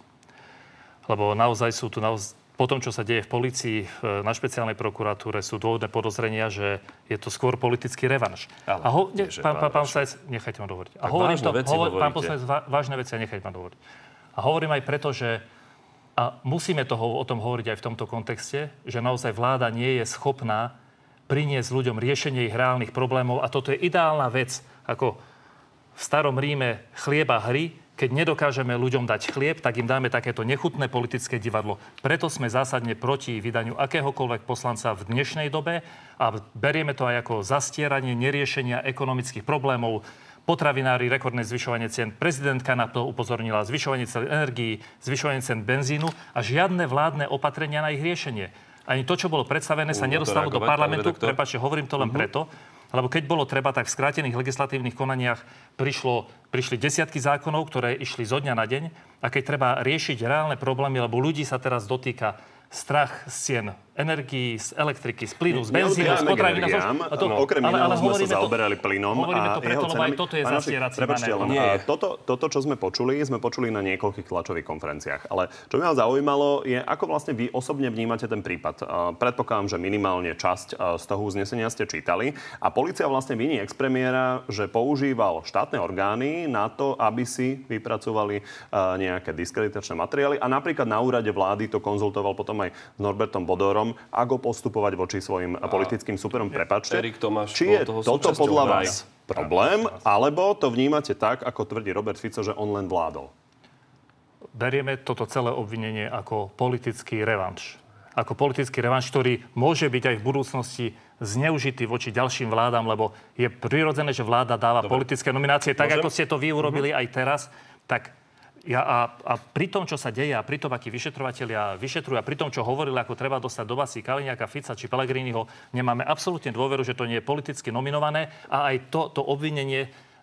Lebo naozaj sú tu naozaj... Po tom, čo sa deje v polícii, na špeciálnej prokuratúre, sú dôvodné podozrenia, že je to skôr politický revanš. Ale, a ho, ne, pán, pán, pán poslanec, nechajte ma dovoriť. A hovorím to, hovor, pán poslanec, vážne veci a nechajte ma dovoriť. A hovorím aj preto, že a musíme toho, o tom hovoriť aj v tomto kontexte, že naozaj vláda nie je schopná priniesť ľuďom riešenie ich reálnych problémov a toto je ideálna vec, ako v starom Ríme chlieba hry. Keď nedokážeme ľuďom dať chlieb, tak im dáme takéto nechutné politické divadlo. Preto sme zásadne proti vydaniu akéhokoľvek poslanca v dnešnej dobe a berieme to aj ako zastieranie neriešenia ekonomických problémov. Potravinári, rekordné zvyšovanie cien. Prezidentka na to upozornila. Zvyšovanie cien energií, zvyšovanie cien benzínu a žiadne vládne opatrenia na ich riešenie. Ani to, čo bolo predstavené, sa nedostalo do parlamentu. Prepáčte, hovorím to len uh-huh. preto, lebo keď bolo treba, tak v skrátených legislatívnych konaniach prišlo, prišli desiatky zákonov, ktoré išli zo dňa na deň. A keď treba riešiť reálne problémy, lebo ľudí sa teraz dotýka strach z cien energií, z elektriky, z plynu, z benzínu, z potravín. No, okrem iného sme sa zaoberali plynom hovoríme a to preto, lebo aj toto je zastierací manévr. Toto, toto, čo sme počuli, sme počuli na niekoľkých tlačových konferenciách. Ale čo ma zaujímalo, je, ako vlastne vy osobne vnímate ten prípad. Predpokladám, že minimálne časť z toho uznesenia ste čítali. A polícia vlastne viní expremiéra, že používal štátne orgány na to, aby si vypracovali nejaké diskreditačné materiály. A napríklad na úrade vlády to konzultoval potom aj s Norbertom Bodorom, ako postupovať voči svojim a politickým superom. Prepáčte, či je toto podľa vás problém, alebo to vnímate tak, ako tvrdí Robert Fico, že on len vládol? Berieme toto celé obvinenie ako politický revanš. Ako politický revanš, ktorý môže byť aj v budúcnosti zneužitý voči ďalším vládam, lebo je prirodzené, že vláda dáva Dobre. politické nominácie, tak Môžem? ako ste to vy urobili uh-huh. aj teraz, tak Ja a, a pri tom, čo sa deje, a pri tom, akí vyšetrovatelia vyšetrujú, a pri tom, čo hovorili, ako treba dostať do basy Kaliňáka, Fica či Pellegriniho, nemáme absolútne dôveru, že to nie je politicky nominované. A aj to, to obvinenie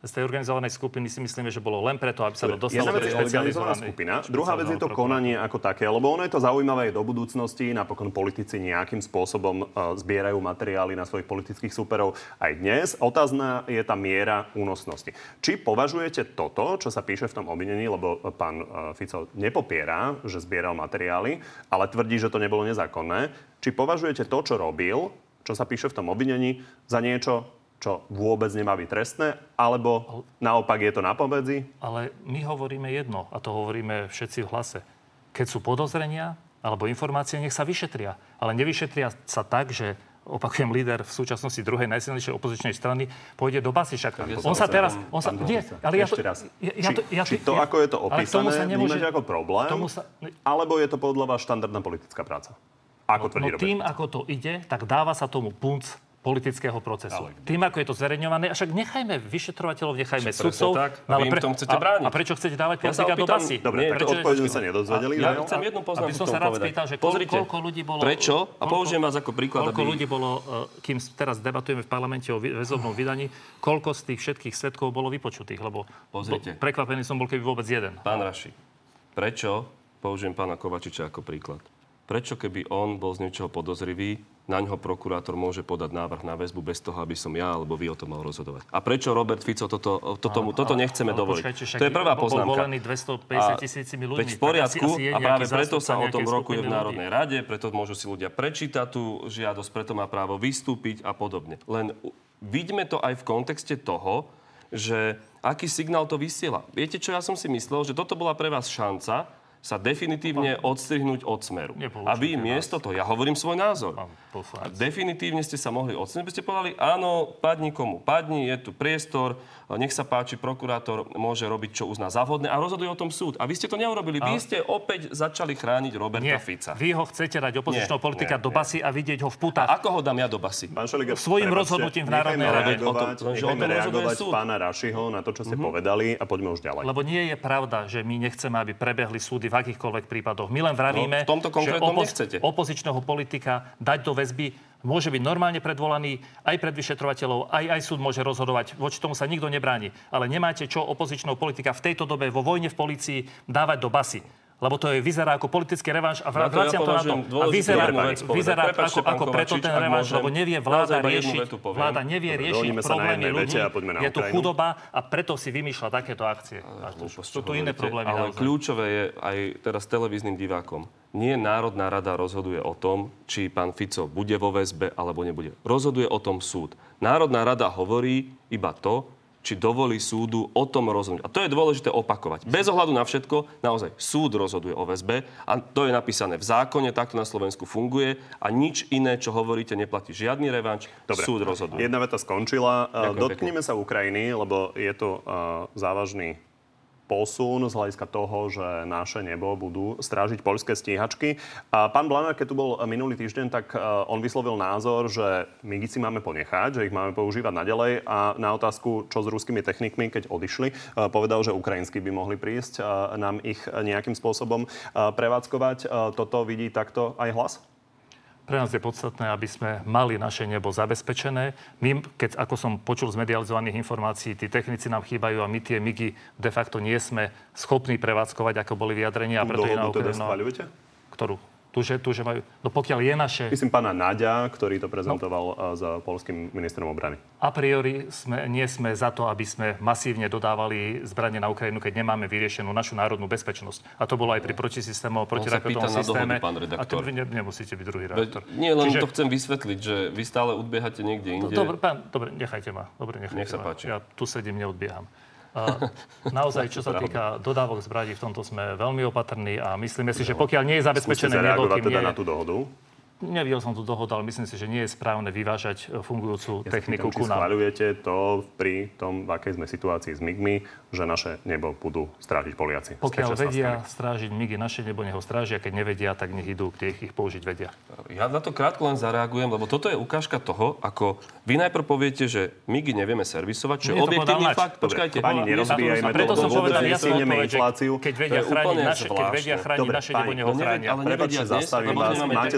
z tej organizovanej skupiny si myslíme, že bolo len preto, aby sa to dostalo. Jedna vec je organizovaná špecializovanej skupina, druhá vec je to konanie ako také, lebo ono je to zaujímavé aj do budúcnosti. Napokon politici nejakým spôsobom uh, zbierajú materiály na svojich politických súperov aj dnes. Otázna je tá miera únosnosti. Či považujete toto, čo sa píše v tom obvinení, lebo pán uh, Fico nepopiera, že zbieral materiály, ale tvrdí, že to nebolo nezákonné. Či považujete to, čo robil, čo sa píše v tom obvinení, za niečo, čo vôbec nemá byť trestné, alebo naopak je to na pomedzi? Ale my hovoríme jedno, a to hovoríme všetci v Hlase. Keď sú podozrenia alebo informácie, nech sa vyšetria. Ale nevyšetria sa tak, že, opakujem, líder v súčasnosti druhej najsilnejšej opozičnej strany pôjde do basy. Však on sa teraz... On sa, nie, ale ja to, Ešte raz. Ja, ja či, to, ja, či to, ja, ako je to opísané, nemôže, vnímate ako problém, sa, alebo je to podľa vás štandardná politická práca? Ako tvrdí no, Robert tým, Fico? ako to ide, tak dáva sa tomu punc politického procesu. Ale... Tým, ako je to zverejňované, a však nechajme vyšetrovateľov, nechajme sudcov. Tak, a vy im tom chcete brániť. A, a prečo chcete dávať politika ja do basy? Dobre, tak odpoveď sme sa nedozvedeli. Ja chcem jednu poznámku k tomu povedať. Spýtal, že Pozrite, koľko ľudí bolo, prečo? A koľko, použijem vás ako príklad, koľko aby... ľudí bolo, kým teraz debatujeme v parlamente o väzobnom vydaní, koľko z tých všetkých svedkov bolo vypočutých? Lebo Pozrite. Prekvapený som bol, keby vôbec jeden. Pán Raši, prečo, použijem pána Kovačiča ako príklad, prečo keby on bol z niečoho podozrivý, na ňoho prokurátor môže podať návrh na väzbu bez toho, aby som ja alebo vy o tom mal rozhodovať. A prečo Robert Fico toto, toto, ale, toto nechceme ale, dovoliť? Počkajte, to je prvá poznámka. Bol volený dvestopäťdesiat tisícimi ľuďmi. Veď v poriadku, asi, asi a práve preto sa o tom rokuje v ľudí. Národnej rade, preto môžu si ľudia prečítať tú žiadosť, preto má právo vystúpiť a podobne. Len vidíme to aj v kontexte toho, že aký signál to vysiela. Viete, čo ja som si myslel? Že toto bola pre vás šanca sa definitívne odstrihnúť od Smeru. A vy miesto toho, ja hovorím svoj názor. A definitívne ste sa mohli odstrihnúť, by ste povedali, áno, padni komu padni, je tu priestor, nech sa páči, prokurátor môže robiť, čo uzná za vhodné a rozhoduje o tom súd. A vy ste to neurobili. Vy ste opäť začali chrániť Roberta Nie, Fica. Vy ho chcete dať opozičného politika nie, do basy a vidieť ho v putách. A ako ho dám ja do basy? Pán Šeliga, svojím rozhodnutím v Národnej rade. Nechajme reagovať pána Rašiho na to, čo ste povedali a poďme už ďalej. Lebo nie je pravda, že my nechceme, aby prebehli súdy v akýchkoľvek prípadoch. My len vravíme, no, v tomto že opo- nechcete. opozičného politika dať do väzby môže byť normálne predvolaný aj pred vyšetrovateľov, aj, aj súd môže rozhodovať. Voči tomu sa nikto nebráni. Ale nemáte čo opozičného politika v tejto dobe vo vojne v polícii dávať do basy. Lebo to je, vyzerá ako politický revanš a ja vraciam to na to. A vyzerá, vyzerá Prepáčte, ako, ako preto ten revanš, lebo nevie vláda riešiť, vláda nevie riešiť problémy ľudí. Je tu chudoba a preto si vymýšľa takéto akcie. Sú tu iné problémy. Ale naozaj. Kľúčové je aj teraz televíznym divákom. Nie Národná rada rozhoduje o tom, či pán Fico bude vo väzbe alebo nebude. Rozhoduje o tom súd. Národná rada hovorí iba to, či dovolí súdu o tom rozhodnúť. A to je dôležité opakovať. Bez ohľadu na všetko, naozaj súd rozhoduje o väzbe a to je napísané v zákone, takto na Slovensku funguje a nič iné, čo hovoríte, neplatí. Žiadny revanš, Dobre. Súd rozhoduje. Jedna veta skončila. Ďakujem Dotkneme pekne. sa Ukrajiny, lebo je to uh, závažný posun z hľadiska toho, že naše nebo budú strážiť poľské stíhačky. A pán Blanár, keď tu bol minulý týždeň, tak on vyslovil názor, že migy si máme ponechať, že ich máme používať naďalej a na otázku, čo s ruskými technikmi, keď odišli, povedal, že ukrajinskí by mohli prísť nám ich nejakým spôsobom prevádzkovať. Toto vidí takto aj Hlas? Pre nás je podstatné, aby sme mali naše nebo zabezpečené. My, keď, ako som počul z medializovaných informácií, tí technici nám chýbajú a my tie migy de facto nie sme schopní prevádzkovať, ako boli vyjadrenia. A preto je na Dohodu teda schvaľujete? Ktorú? Tu, že, tu, že majú... No pokiaľ je naše... Myslím pána Naďa, ktorý to prezentoval no. s poľským ministrom obrany. A priori sme, nie sme za to, aby sme masívne dodávali zbranie na Ukrajinu, keď nemáme vyriešenú našu národnú bezpečnosť. A to bolo aj pri protisystému, protirakotovom systéme. Dohodu, pán redaktor. A to ne, nemusíte byť druhý redaktor. Nie, len Čiže... to chcem vysvetliť, že vy stále odbiehate niekde inde. Dobre, pán, dobre, nechajte ma. Dobre, nechajte Nech sa ma. páči. Ja tu sedím, neodbieham. Uh, naozaj, čo sa týka dodávok zbraní, v tomto sme veľmi opatrní a myslíme si, že pokiaľ nie je zabezpečené nebo, kým teda nie... na tú dohodu? Nevidel som tú dohodu, ale myslím si, že nie je správne vyvážať fungujúcu ja techniku ku nám. Schvaľujete to pri tom, v akej sme situácii s migmi, že naše nebo budú strážiť Poliaci? Pokiaľ vedia strážiť migy, naše nebo nech ho strážia, keď nevedia, tak nech idú, kde ich použiť vedia. Ja na to krátko len zareagujem, lebo toto je ukážka toho, ako vy najprv poviete, že migy nevieme servisovať, čo je objektívny fakt. Počkajte, pani, nerozbíjajme to, lebo vôbec nesihneme infláciu. Keď vedia chrániť naše, keď vedia chrániť naše nebo, nech ho chránia. Prepáčte, zastavím vás, máte zahraničného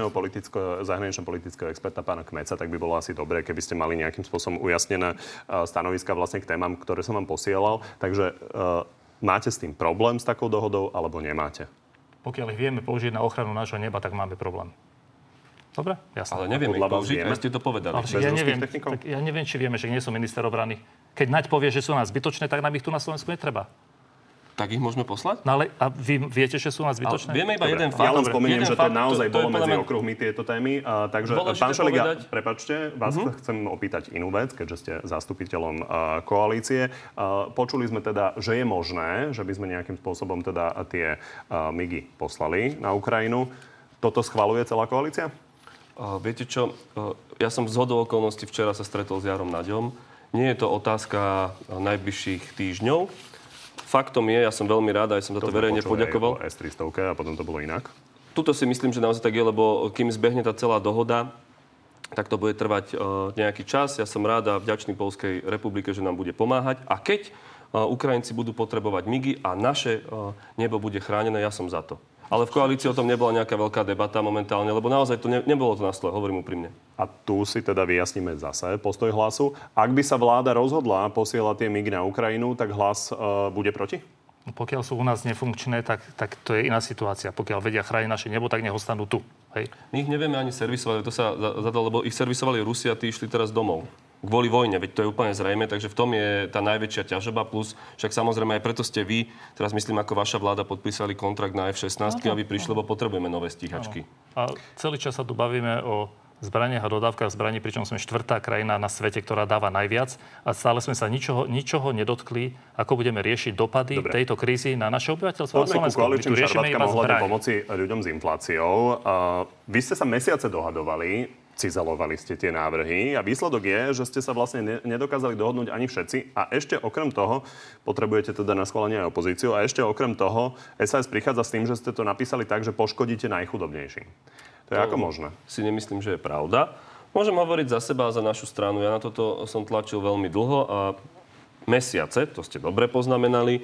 zahraničného politického, zahraničného politického experta pána Kmeca, tak by bolo asi dobré, keby ste mali nejakým spôsobom ujasnené stanoviska vlastne k témam, ktoré som vám posielal. Takže uh, máte s tým problém s takou dohodou, alebo nemáte? Pokiaľ ich vieme použiť na ochranu nášho neba, tak máme problém. Dobre, jasné. Ale nevieme ich použiť, aj ste to povedali. Ale ja neviem, tak ja neviem, či vieme, že nie sú minister obrany. Keď Naď povie, že sú nás zbytočné, tak nám ich tu na Slovensku netreba. Tak ich môžeme poslať? No ale a vy viete, že sú nás zbytočné? Ale vieme iba Dobre, jeden fakt. Ja len spomeniem, že to fakt, naozaj to, to bolo medzi mňa... okruhmi tieto témy. A, takže, pán Šeliga, prepáčte, vás uh-huh. chcem opýtať inú vec, keďže ste zastupiteľom uh, koalície. Uh, počuli sme teda, že je možné, že by sme nejakým spôsobom teda tie uh, migy poslali na Ukrajinu. Toto schvaľuje celá koalícia? Uh, viete čo, uh, ja som z zhodou okolností včera sa stretol s Jarom Naďom. Nie je to otázka najbližších týždňov. Faktom je, ja som veľmi rád, aj som za to, to verejne poďakoval. es tristo a potom to bolo inak. Tuto si myslím, že naozaj tak je, lebo kým zbehne tá celá dohoda, tak to bude trvať uh, nejaký čas. Ja som rád a vďačný Poľskej republike, že nám bude pomáhať. A keď uh, Ukrajinci budú potrebovať migy a naše uh, nebo bude chránené, ja som za to. Ale v koalícii o tom nebola nejaká veľká debata momentálne, lebo naozaj to ne, nebolo to na stole, hovorím úprimne. A tu si teda vyjasníme zase postoj Hlasu. Ak by sa vláda rozhodla posielať tie migy na Ukrajinu, tak Hlas uh, bude proti? Pokiaľ sú u nás nefunkčné, tak, tak to je iná situácia. Pokiaľ vedia chrániť naše nebo, tak nech ostanú tu. Hej. My ich nevieme ani servisovať, to sa zadalo, lebo ich servisovali Rusi a tí išli teraz domov. Kvôli vojne, veď to je úplne zrejme, takže v tom je tá najväčšia ťažoba, plus však samozrejme aj preto ste vy, teraz myslím ako vaša vláda, podpísali kontrakt na ef šestnásť, aby prišli, lebo potrebujeme nové stíhačky. A celý čas sa tu bavíme o zbraniach a dodávkach zbraní, pričom sme štvrtá krajina na svete, ktorá dáva najviac a stále sme sa ničoho, ničoho nedotkli, ako budeme riešiť dopady Dobre. tejto krízy na naše obyvateľstvo. Poďme ku koaličným šarvátkam ohľadom pomoci ľuďom s infláciou. Uh, vy ste sa mesiace dohadovali, cizelovali ste tie návrhy a výsledok je, že ste sa vlastne ne- nedokázali dohodnúť ani všetci a ešte okrem toho, potrebujete teda na schválenie aj opozíciu a ešte okrem toho es a es prichádza s tým, že ste to napísali tak, že poškodíte najchudobnejším. To je to ako možné? Si nemyslím, že je pravda. Môžem hovoriť za seba a za našu stranu. Ja na toto som tlačil veľmi dlho a mesiace, to ste dobre poznamenali.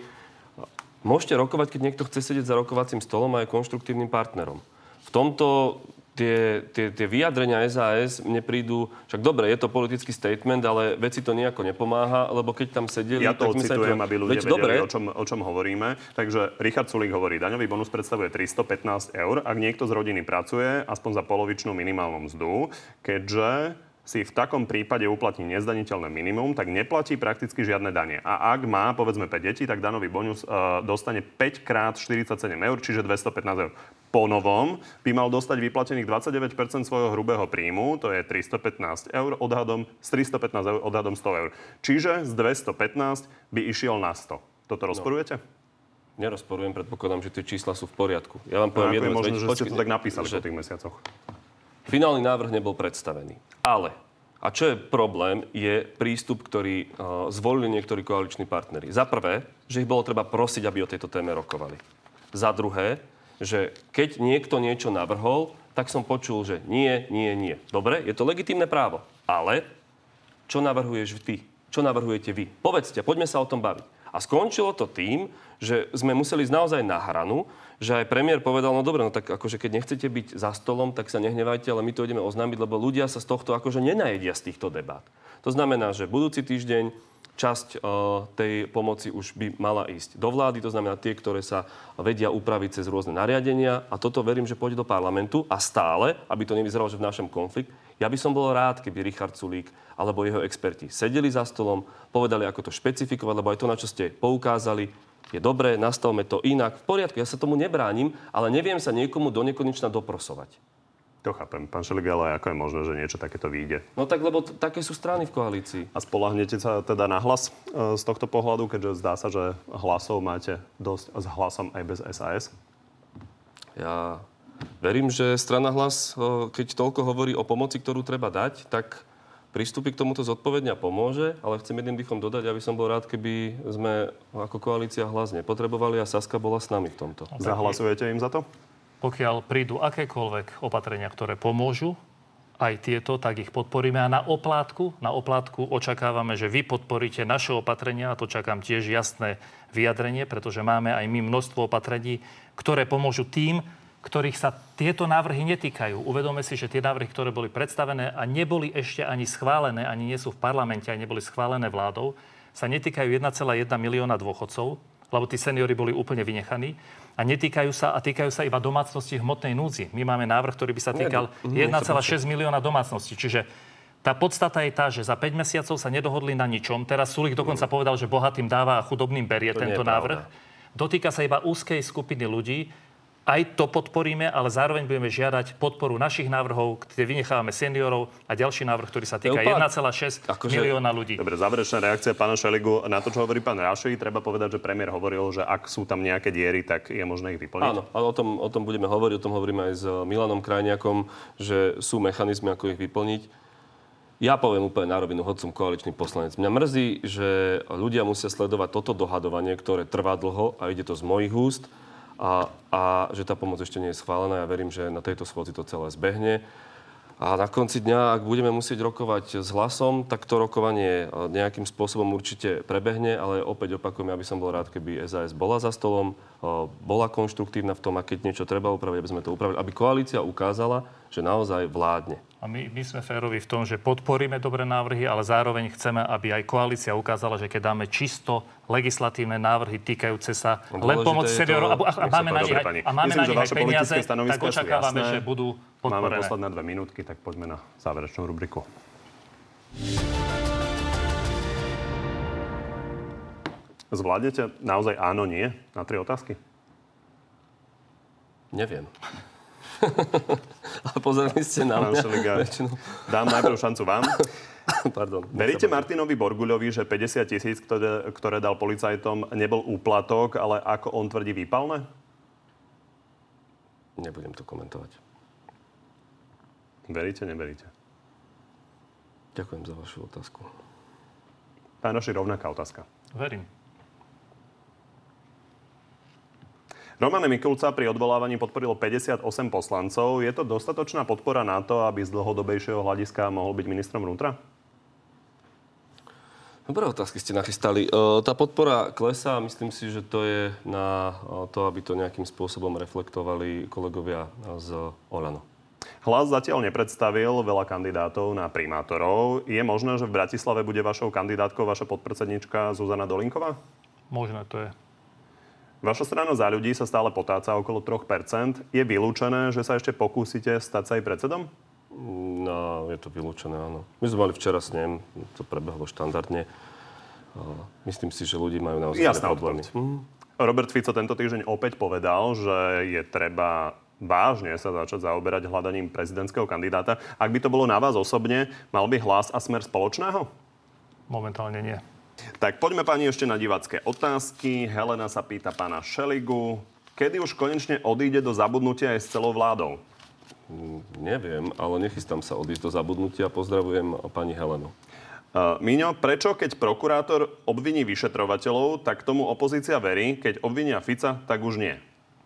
Môžete rokovať, keď niekto chce sedieť za rokovacím stolom a je konštruktívnym partnerom. V tomto tie, tie, tie vyjadrenia es a es mne prídu, však dobre, je to politický statement, ale veci to nejako nepomáha, lebo keď tam sedeli... Ja to ocitujem, aby ľudia vedeli, dobre. O, čom, o čom hovoríme. Takže Richard Sulík hovorí, daňový bonus predstavuje tristopätnásť eur, ak niekto z rodiny pracuje, aspoň za polovičnú minimálnu mzdu, keďže si v takom prípade uplatní nezdaniteľné minimum, tak neplatí prakticky žiadne dane. A ak má, povedzme, päť detí, tak daňový bonus uh, dostane päť krát štyridsaťsedem eur, čiže dvestopätnásť eur. Po novom by mal dostať vyplatených dvadsaťdeväť percent svojho hrubého príjmu, to je tristopätnásť eur, odhadom z tristopätnásť eur, odhadom sto eur. Čiže z dvestopätnásť by išiel na sto. Toto rozporujete? No. Nerozporujem, predpokladám, že tie čísla sú v poriadku. Ja vám poviem jednu vec. Možno, že ste to tak napísali že... po tých mesiacoch. Finálny návrh nebol predstavený. Ale, a čo je problém, je prístup, ktorý uh, zvolili niektorí koaliční partneri. Za prvé, že ich bolo treba prosiť, aby o tejto téme rokovali. Za druhé, že keď niekto niečo navrhol, tak som počul, že nie, nie, nie. Dobre, je to legitímne právo. Ale čo navrhuješ ty? Čo navrhujete vy? Povedzte, poďme sa o tom baviť. A skončilo to tým, že sme museli ísť naozaj na hranu, že aj premiér povedal, no dobre, no tak akože keď nechcete byť za stolom, tak sa nehnevajte, ale my to ideme oznámiť, lebo ľudia sa z tohto akože nenajedia z týchto debát. To znamená, že budúci týždeň časť uh, tej pomoci už by mala ísť do vlády, to znamená tie, ktoré sa vedia upraviť cez rôzne nariadenia a toto verím, že pôjde do parlamentu a stále, aby to nevyzeralo, že v našom konflikt, ja by som bol rád, keby Richard Sulík alebo jeho experti sedeli za stolom, povedali, ako to špecifikovať, lebo aj to, na čo ste poukázali, je dobré, nastavme to inak. V poriadku, ja sa tomu nebránim, ale neviem sa niekomu do nekonečna doprosovať. To chápem. Pán Šeliga, ale ako je možné, že niečo takéto vyjde? No tak, lebo t- také sú strany v koalícii. A spoľahnete sa teda na Hlas e, z tohto pohľadu, keďže zdá sa, že hlasov máte dosť s Hlasom aj bez es a es? Ja verím, že strana Hlas, e, keď toľko hovorí o pomoci, ktorú treba dať, tak pristúpi k tomuto zodpovedne a pomôže, ale chcem jedným dýchom dodať, aby som bol rád, keby sme ako koalícia Hlas nepotrebovali a Saska bola s nami v tomto. Zahlasujete im za to? Pokiaľ prídu akékoľvek opatrenia, ktoré pomôžu, aj tieto, tak ich podporíme. A na oplátku, na oplátku očakávame, že vy podporíte naše opatrenia, a to čakám tiež jasné vyjadrenie, pretože máme aj my množstvo opatrení, ktoré pomôžu tým, ktorých sa tieto návrhy netýkajú. Uvedome si, že tie návrhy, ktoré boli predstavené a neboli ešte ani schválené, ani nie sú v parlamente, ani neboli schválené vládou, sa netýkajú jeden celá jeden milióna dôchodcov, lebo tí seniori boli úplne vynechaní. A netýkajú sa, a týkajú sa iba domácnosti v hmotnej núdzi. My máme návrh, ktorý by sa týkal jeden celá šesť milióna domácností. Čiže tá podstata je tá, že za päť mesiacov sa nedohodli na ničom. Teraz Sulík dokonca povedal, že bohatým dáva a chudobným berie to tento návrh. Dotýka sa iba úzkej skupiny ľudí. Aj to podporíme, ale zároveň budeme žiadať podporu našich návrhov, kde vynechávame seniorov a ďalší návrh, ktorý sa týka jeden celá šesť akože... milióna ľudí. Dobre, záverečná reakcia pána Šeligu na to, čo hovorí pán Raši. Treba povedať, že premiér hovoril, že ak sú tam nejaké diery, tak je možné ich vyplniť. Áno, ale o tom, o tom budeme hovoriť, o tom hovoríme aj s Milanom Krajniakom, že sú mechanizmy, ako ich vyplniť. Ja poviem úplne na rovinu, hoď som koaličný poslanec. Mňa mrzí, že ľudia musia sledovať toto dohadovanie, ktoré trvá dlho a ide to z mojich úst. A, a že tá pomoc ešte nie je schválená. Ja verím, že na tejto schôdzi to celé zbehne. A na konci dňa, ak budeme musieť rokovať s Hlasom, tak to rokovanie nejakým spôsobom určite prebehne, ale opäť opakujem, aby som bol rád, keby es a es bola za stolom, bola konštruktívna v tom, a keď niečo treba upraviť, aby sme to upravili, aby koalícia ukázala, že naozaj vládne. A my, my sme férovi v tom, že podporíme dobré návrhy, ale zároveň chceme, aby aj koalícia ukázala, že keď dáme čisto legislatívne návrhy týkajúce sa len pomoc seniorov a, a, a máme na nich aj, a máme Myslím, na nich aj peniaze, tak očakávame, že budú podporené. Máme posledné dve minútky, tak poďme na záverečnú rubriku. Zvládnete naozaj áno, nie na tri otázky? Neviem. A pozerali ste na mňa. Väčšinu. Dám najprv šancu vám. Pardon. Veríte Martinovi Borguľovi, že päťdesiat tisíc, ktoré, ktoré dal policajtom, nebol úplatok, ale ako on tvrdí, výpalné? Nebudem to komentovať. Veríte, neveríte? Ďakujem za vašu otázku. Pán Raši, rovnaká otázka. Verím. Romana Mikulca pri odvolávaní podporilo päťdesiatosem poslancov. Je to dostatočná podpora na to, aby z dlhodobejšieho hľadiska mohol byť ministrom vnútra? Dobré otázky ste nachystali. Tá podpora klesá. Myslím si, že to je na to, aby to nejakým spôsobom reflektovali kolegovia z Olano. Hlas zatiaľ nepredstavil veľa kandidátov na primátorov. Je možné, že v Bratislave bude vašou kandidátkou vaša podpredsednička Zuzana Dolinková? Možné to je. Vaša strana Za ľudí sa stále potáca okolo tri percentá. Je vylúčené, že sa ešte pokúsite stať sa aj predsedom? No, je to vylúčené, áno. My sme mali včera s ním, to prebehlo štandardne. Myslím si, že ľudí majú naozaj Jasná problémy. Hm. Robert Fico tento týždeň opäť povedal, že je treba vážne sa začať zaoberať hľadaním prezidentského kandidáta. Ak by to bolo na vás osobne, mal by Hlas a Smer spoločného? Momentálne nie. Tak poďme pani ešte na divácké otázky. Helena sa pýta pána Šeligu, kedy už konečne odíde do zabudnutia aj s celou vládou? Mm, neviem, ale nechystám sa odísť do zabudnutia. Pozdravujem pani Helenu. Uh, Míňo, prečo keď prokurátor obviní vyšetrovateľov, tak tomu opozícia verí, keď obvinia Fica, tak už nie?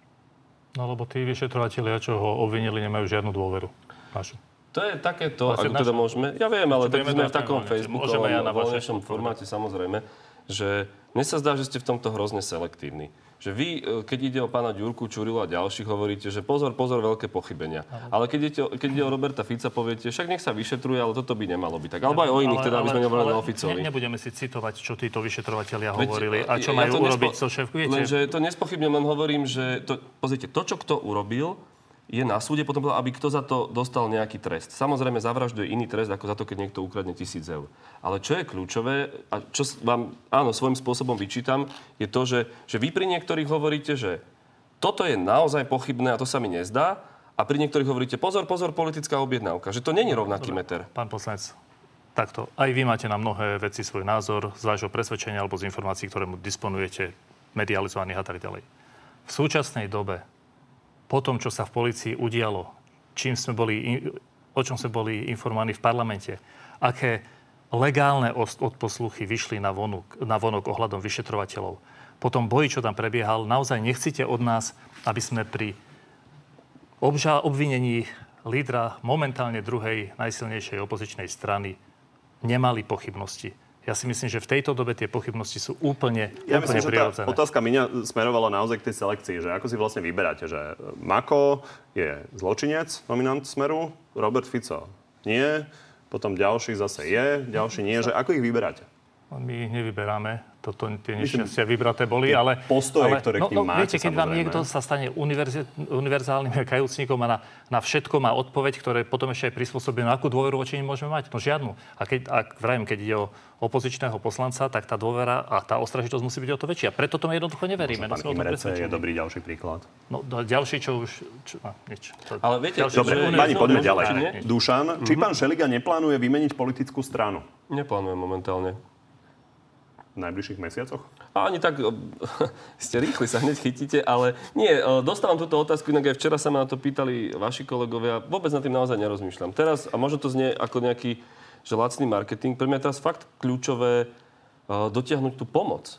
No lebo tí vyšetrovatelia, čo ho obvinili, nemajú žiadnu dôveru našu. To je takéto, ako teda môžeme... Ja viem, ale tak sme v takom Facebookovom ja voľnejšom formáte, samozrejme, že mne sa zdá, že ste v tomto hrozne selektívni. Že vy, keď ide o pána Ďurku, Čurilu a ďalších, hovoríte, že pozor, pozor, veľké pochybenia. Ale keď ide, keď ide o Roberta Fica, poviete, však nech sa vyšetruje, ale toto by nemalo byť tak. Alebo aj o iných, teda, aby sme nehovorili na Ficovi. Ne, nebudeme si citovať, čo títo vyšetrovatelia hovorili a čo majú ja urobiť so šéfku. Lenže to nespochybňujem, len hovorím, že to, pozrite, to, čo kto urobil, je na súde, potom aby kto za to dostal nejaký trest. Samozrejme, za vraždu je iný trest, ako za to, keď niekto ukradne tisíc eur. Ale čo je kľúčové, a čo vám, áno, svojím spôsobom vyčítam, je to, že, že vy pri niektorých hovoríte, že toto je naozaj pochybné a to sa mi nezdá, a pri niektorých hovoríte, pozor, pozor, politická objednávka, že to nie je rovnaký meter. Pán poslanec, takto. Aj vy máte na mnohé veci svoj názor z vášho presvedčenia alebo z informácií, ktoré mu disponujete, medializovaných a tak ďalej. V súčasnej dobe po tom, čo sa v polícii udialo, čím sme boli, o čom sme boli informovaní v parlamente, aké legálne odposluchy vyšli na vonok, na vonok ohľadom vyšetrovateľov, po tom boji, čo tam prebiehal, naozaj nechcite od nás, aby sme pri obža- obvinení lídra momentálne druhej najsilnejšej opozičnej strany nemali pochybnosti. Ja si myslím, že v tejto dobe tie pochybnosti sú úplne, ja úplne myslím, prirodzené. Že tá otázka miňa smerovala naozaj k tej selekcii, že ako si vlastne vyberáte, že Mako je zločinec, nominant Smeru, Robert Fico nie, potom ďalší zase je, ďalší nie, že ako ich vyberáte? My ich nevyberáme. Toto tie nešťastia vybraté boli, ale... Postoje, ale, ktoré no, k ním no, máte, viete, keď vám niekto sa stane univerzi- univerzálnym kajúcnikom a na, na všetko má odpoveď, ktoré potom ešte aj prispôsobí, no akú dôveru voči nim môžeme mať? No žiadnu. A keď, ak vrajím, keď ide o opozičného poslanca, tak tá dôvera a tá ostražitosť musí byť o to väčšia. Preto tomu jednoducho neveríme. Možno pán Imrece je dobrý ďalší príklad. No ďalší, čo už... Čo, no, nič. To, ale viete... Dobre, že... pani, poďme no, ďalej. či Dušan, mm-hmm. či pán Šeliga neplánuje vymeniť politickú stranu? Neplánujem momentálne. V najbližších mesiacoch? A ani tak, ste rýchli, sa hneď chytíte, ale nie, dostávam túto otázku, inak aj včera sa ma na to pýtali vaši kolegovia, vôbec nad tým naozaj nerozmýšľam. Teraz, a možno to znie ako nejaký že lacný marketing, pre mňa je teraz fakt kľúčové dotiahnuť tú pomoc.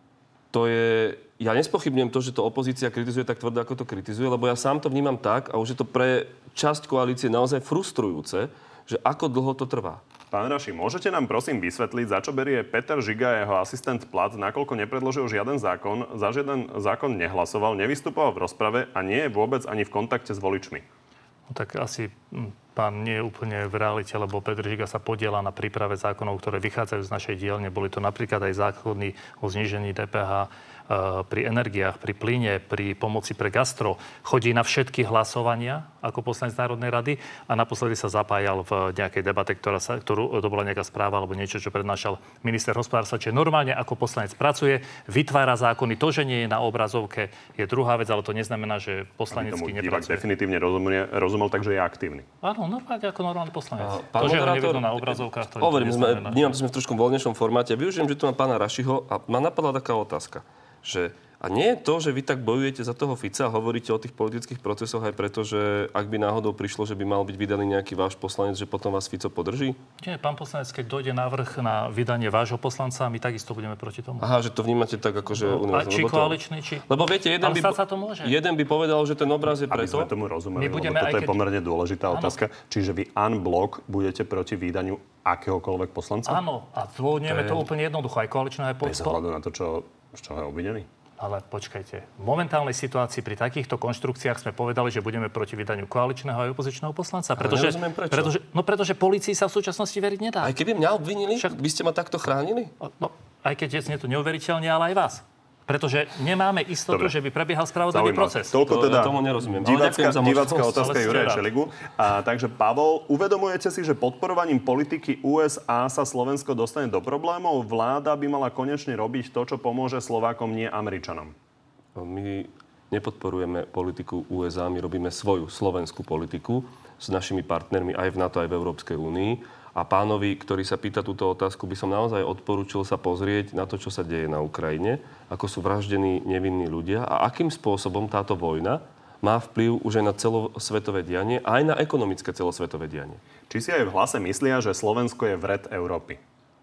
To je, ja nespochybňujem to, že to opozícia kritizuje tak tvrdo, ako to kritizuje, lebo ja sám to vnímam tak, a už je to pre časť koalície naozaj frustrujúce, že ako dlho to trvá. Pán Raši, môžete nám prosím vysvetliť, za čo berie Peter Žiga a jeho asistent plat, nakoľko nepredložil žiaden zákon, za žiaden zákon nehlasoval, nevystupoval v rozprave a nie je vôbec ani v kontakte s voličmi? No, tak asi pán nie je úplne v realite, lebo Peter Žiga sa podieľa na príprave zákonov, ktoré vychádzajú z našej dielne. Boli to napríklad aj zákony o znížení dé pé há pri energiách, pri plyne, pri pomoci pre gastro. Chodí na všetky hlasovania ako poslanec Národnej rady a naposledy sa zapájal v nejakej debate, ktorá sa, ktorú to bola nejaká správa alebo niečo, čo prednášal minister hospodárstva. Čiže normálne ako poslanec pracuje, vytvára zákony. To, že nie je na obrazovke, je druhá vec, ale to neznamená, že poslanecký nepracuje. Divák definitívne rozumie, rozumel, takže je aktívny. Áno, normálne ako normálny poslanec. Pán to, že ho moderátor, nevidno na obrazovkách, to hovorím, sme, vnímam, že že sme v trošku voľnejšom formáte. Využijem, že tu mám pána Rašiho a ma napadla taká otázka, že a nie je to, že vy tak bojujete za toho Fica a hovoríte o tých politických procesoch aj preto, že ak by náhodou prišlo, že by mal byť vydaný nejaký váš poslanec, že potom vás Fico podrží? Nie, pán poslanec, keď dojde návrh na vydanie vášho poslanca, my takisto budeme proti tomu. Aha, že to vnímate tak ako, že... No, a či koaličný, či... Lebo viete, jeden by, sa to môže. jeden by povedal, že ten obraz je preto... Aby sme tomu rozumeli, My budeme, lebo toto keď... je pomerne dôležitá Áno. otázka. Čiže vy unblock budete proti výdaniu akéhokoľvek poslanca? Áno, a dôvodňujeme to, to úplne jednoducho, aj koaličného, aj bez ohľadu na to, čo, z čoho je obvinený? Ale počkajte, v momentálnej situácii pri takýchto konštrukciách sme povedali, že budeme proti vydaniu koaličného aj opozičného poslanca. Pretože, prečo. pretože, no pretože polícii sa v súčasnosti veriť nedá. Aj keby mňa obvinili, však by ste ma takto chránili? No, aj keď je to neuveriteľne, ale aj vás. Pretože nemáme istotu, Dobre. že by prebiehal spravodlivý proces. Toľko teda to, tomu nerozumiem. Divácka, divácka možnosť, otázka Juraja Šeligu. A, takže Pavol, uvedomujete si, že podporovaním politiky ú es á sa Slovensko dostane do problémov? Vláda by mala konečne robiť to, čo pomôže Slovákom, nie Američanom. My nepodporujeme politiku ú es á, my robíme svoju slovenskú politiku s našimi partnermi aj v NATO, aj v Európskej únii. A pánovi, ktorý sa pýta túto otázku, by som naozaj odporúčil sa pozrieť na to, čo sa deje na Ukrajine, ako sú vraždení nevinní ľudia a akým spôsobom táto vojna má vplyv už aj na celosvetové dianie a aj na ekonomické celosvetové dianie. Či si aj v Hlase myslia, že Slovensko je vred Európy?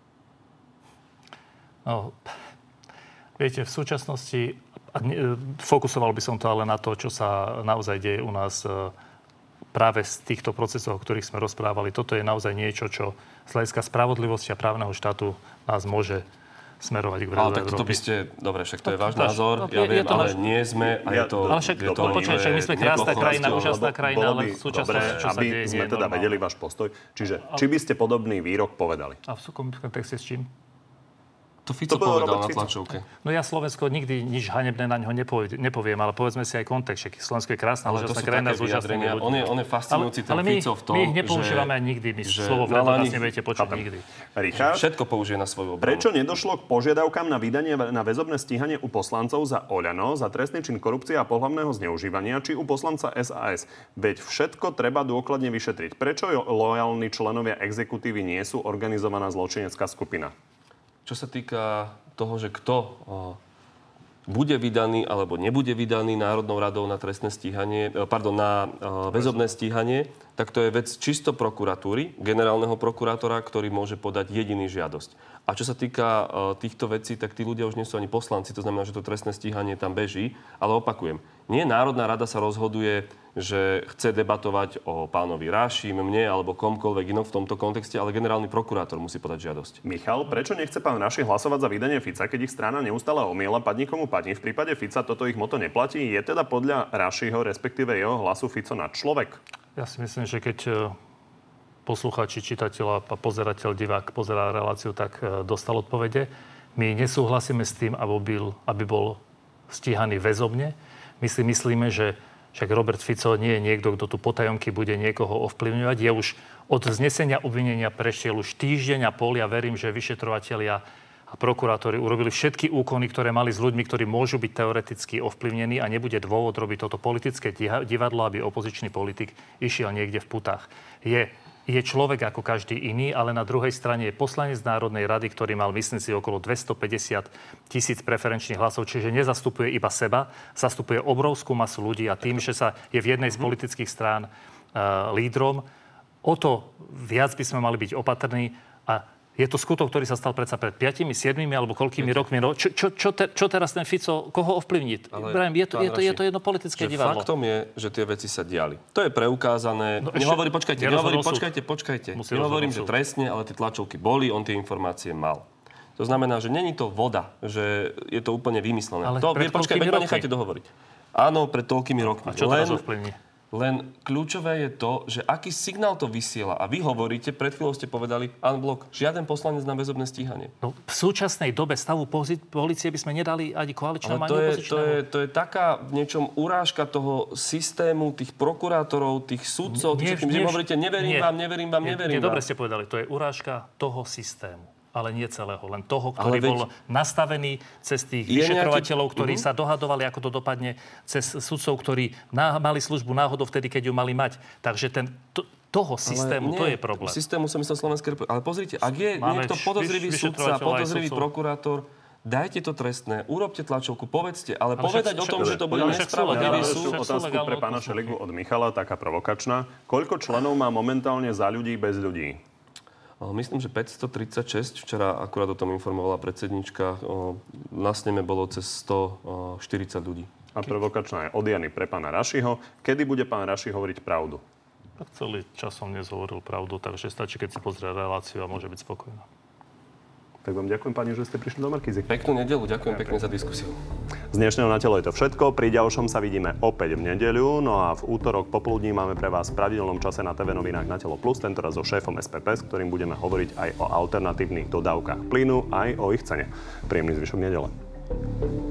No, viete, v súčasnosti fokusoval by som to ale na to, čo sa naozaj deje u nás práve z týchto procesov, o ktorých sme rozprávali. Toto je naozaj niečo, čo z hľadiska spravodlivosti a právneho štátu nás môže smerovať k vredu Ale tak Európy. toto by ste... Dobre, však to je váš to, názor, to, ja je, viem, je to ale naš... nie sme a je to... Ale však, je to, počujem, však my sme krásna krajina, úžasná krajina, ale v súčasnosti, čo sa aby deje, sme teda normálne. vedeli váš postoj. Čiže, či by ste podobný výrok povedali? A v súkom kontexte s čím? To Fico to povedal na Fico. tlačovke. No ja Slovensko nikdy nič hanebné na ňo nepoviem, nepoviem, ale povedzme si aj kontext, že Slovensko je krásna, Ale to úžasná sú krajina také s úžasnými vyjadrenia. ľuďmi. On je, on je fascinujúci, ten ale my, Fico v tom, my ich nepoužívame že, aj nikdy. My že, slovo no, vredu nás nich- nebudete počuť Chápem. nikdy. Richard, Všetko použije na svoju obranu. prečo nedošlo k požiadavkám na vydanie na väzobné stíhanie u poslancov za Oľano, za trestný čin korupcie a pohlavného zneužívania, či u poslanca es a es? Veď všetko treba dôkladne vyšetriť. Prečo lojálni členovia exekutívy nie sú organizovaná zločinecká skupina? Čo sa týka toho, že kto o, bude vydaný alebo nebude vydaný Národnou radou na trestné stíhanie, pardon, na o, väzobné stíhanie, tak to je vec čisto prokuratúry, generálneho prokurátora, ktorý môže podať jediný žiadosť. A čo sa týka o, týchto vecí, tak tí ľudia už nie sú ani poslanci, to znamená, že to trestné stíhanie tam beží, ale opakujem, nie Národná rada sa rozhoduje, že chce debatovať o pánovi Rášim, mne alebo komkoľvek inom v tomto kontexte, ale generálny prokurátor musí podať žiadosť. Michal, prečo nechce pán Raši hlasovať za vydanie Fica, keď ich strana neustále omiela, padni komu padni? V prípade Fica toto ich moto neplatí. Je teda podľa Rašiho, respektíve jeho hlasu Fico nad človek? Ja si myslím, že keď poslucháči, čitateľ a pozerateľ, divák pozerá reláciu, tak dostal odpovede. My nesúhlasíme s tým, aby bol, aby bol stíhaný väzobne. My si myslíme, že však Robert Fico nie je niekto, kto tu potajomky bude niekoho ovplyvňovať. Je už od znesenia obvinenia prešiel už týždeň a pol. Ja verím, že vyšetrovatelia a prokurátori urobili všetky úkony, ktoré mali s ľuďmi, ktorí môžu byť teoreticky ovplyvnení a nebude dôvod robiť toto politické divadlo, aby opozičný politik išiel niekde v putách. Je Je človek ako každý iný, ale na druhej strane je poslanec Národnej rady, ktorý mal, myslím si, okolo dvestopäťdesiat tisíc preferenčných hlasov, čiže nezastupuje iba seba, zastupuje obrovskú masu ľudí a tým, že sa je v jednej z politických strán uh, lídrom, o to viac by sme mali byť opatrní a je to skutok, ktorý sa stal predsa pred piatimi, siedmimi alebo koľkými rokmi. No, čo, čo, čo, te, čo teraz ten Fico, koho ovplyvní? Ibrahim, je to, je, to, je to jedno politické divadlo. Faktom je, že tie veci sa diali. To je preukázané. No, nehovorím, počkajte, nehovorím, počkajte, počkajte. Nehovorím, že trestne, ale tie tlačovky boli, on tie informácie mal. To znamená, že není to voda, že je to úplne vymyslené. Ale to, počkaj, veď ma nechajte dohovoriť. Áno, pred toľkými rokmi. A čo teraz ovplyvní? Len kľúčové je to, že aký signál to vysiela. A vy hovoríte, pred chvíľou ste povedali, unblock, žiaden poslanec na väzobné stíhanie. No, v súčasnej dobe stavu polície by sme nedali ani koaličnému, ani opozičnému. To je, to je taká v niečom urážka toho systému, tých prokurátorov, tých sudcov, tých všetkým, že hovoríte, neverím nie, vám, neverím vám, nie, neverím nie, vám. Dobre ste povedali, to je urážka toho systému. Ale nie celého, len toho, ktorý veď... bol nastavený cez tých vyšetrovateľov, nejaký... ktorí uh-huh. sa dohadovali, ako to dopadne, cez sudcov, ktorí ná... mali službu náhodou vtedy, keď ju mali mať. Takže ten, to, toho systému, nie, to je problém. Systému som myslel Slovenskej republiky. Ale pozrite, ak je Máme niekto podozrivý sudca, podozrivý prokurátor, dajte to trestné, urobte tlačovku, povedzte, ale, ale povedať však, o tom, že to bude nespravodlivý súd. Otázku pre pána Šeligu od Michala, taká provokačná. Koľko členov má momentálne Za ľudí bez ľudí? Myslím, že päťstotridsaťšesť. Včera akurát o tom informovala predsednička. Na sneme bolo cez stoštyridsať ľudí. A provokačná je od Jany pre pána Rašiho. Kedy bude pán Raši hovoriť pravdu? Tak celý čas som nezhovoril pravdu, takže stačí, keď si pozrie reláciu a môže byť spokojná. Tak vám ďakujem, pani, že ste prišli do Markízy. Peknú nedeľu, ďakujem pekne za diskusiu. Z dnešného Na telo je to všetko. Pri ďalšom sa vidíme opäť v nedeľu. No a v útorok popoludní máme pre vás v pravidelnom čase na té vé novinách Na telo plus, tentoraz so šéfom es pé pé, s ktorým budeme hovoriť aj o alternatívnych dodávkach plynu, aj o ich cene. Príjemný zvyšok nedele.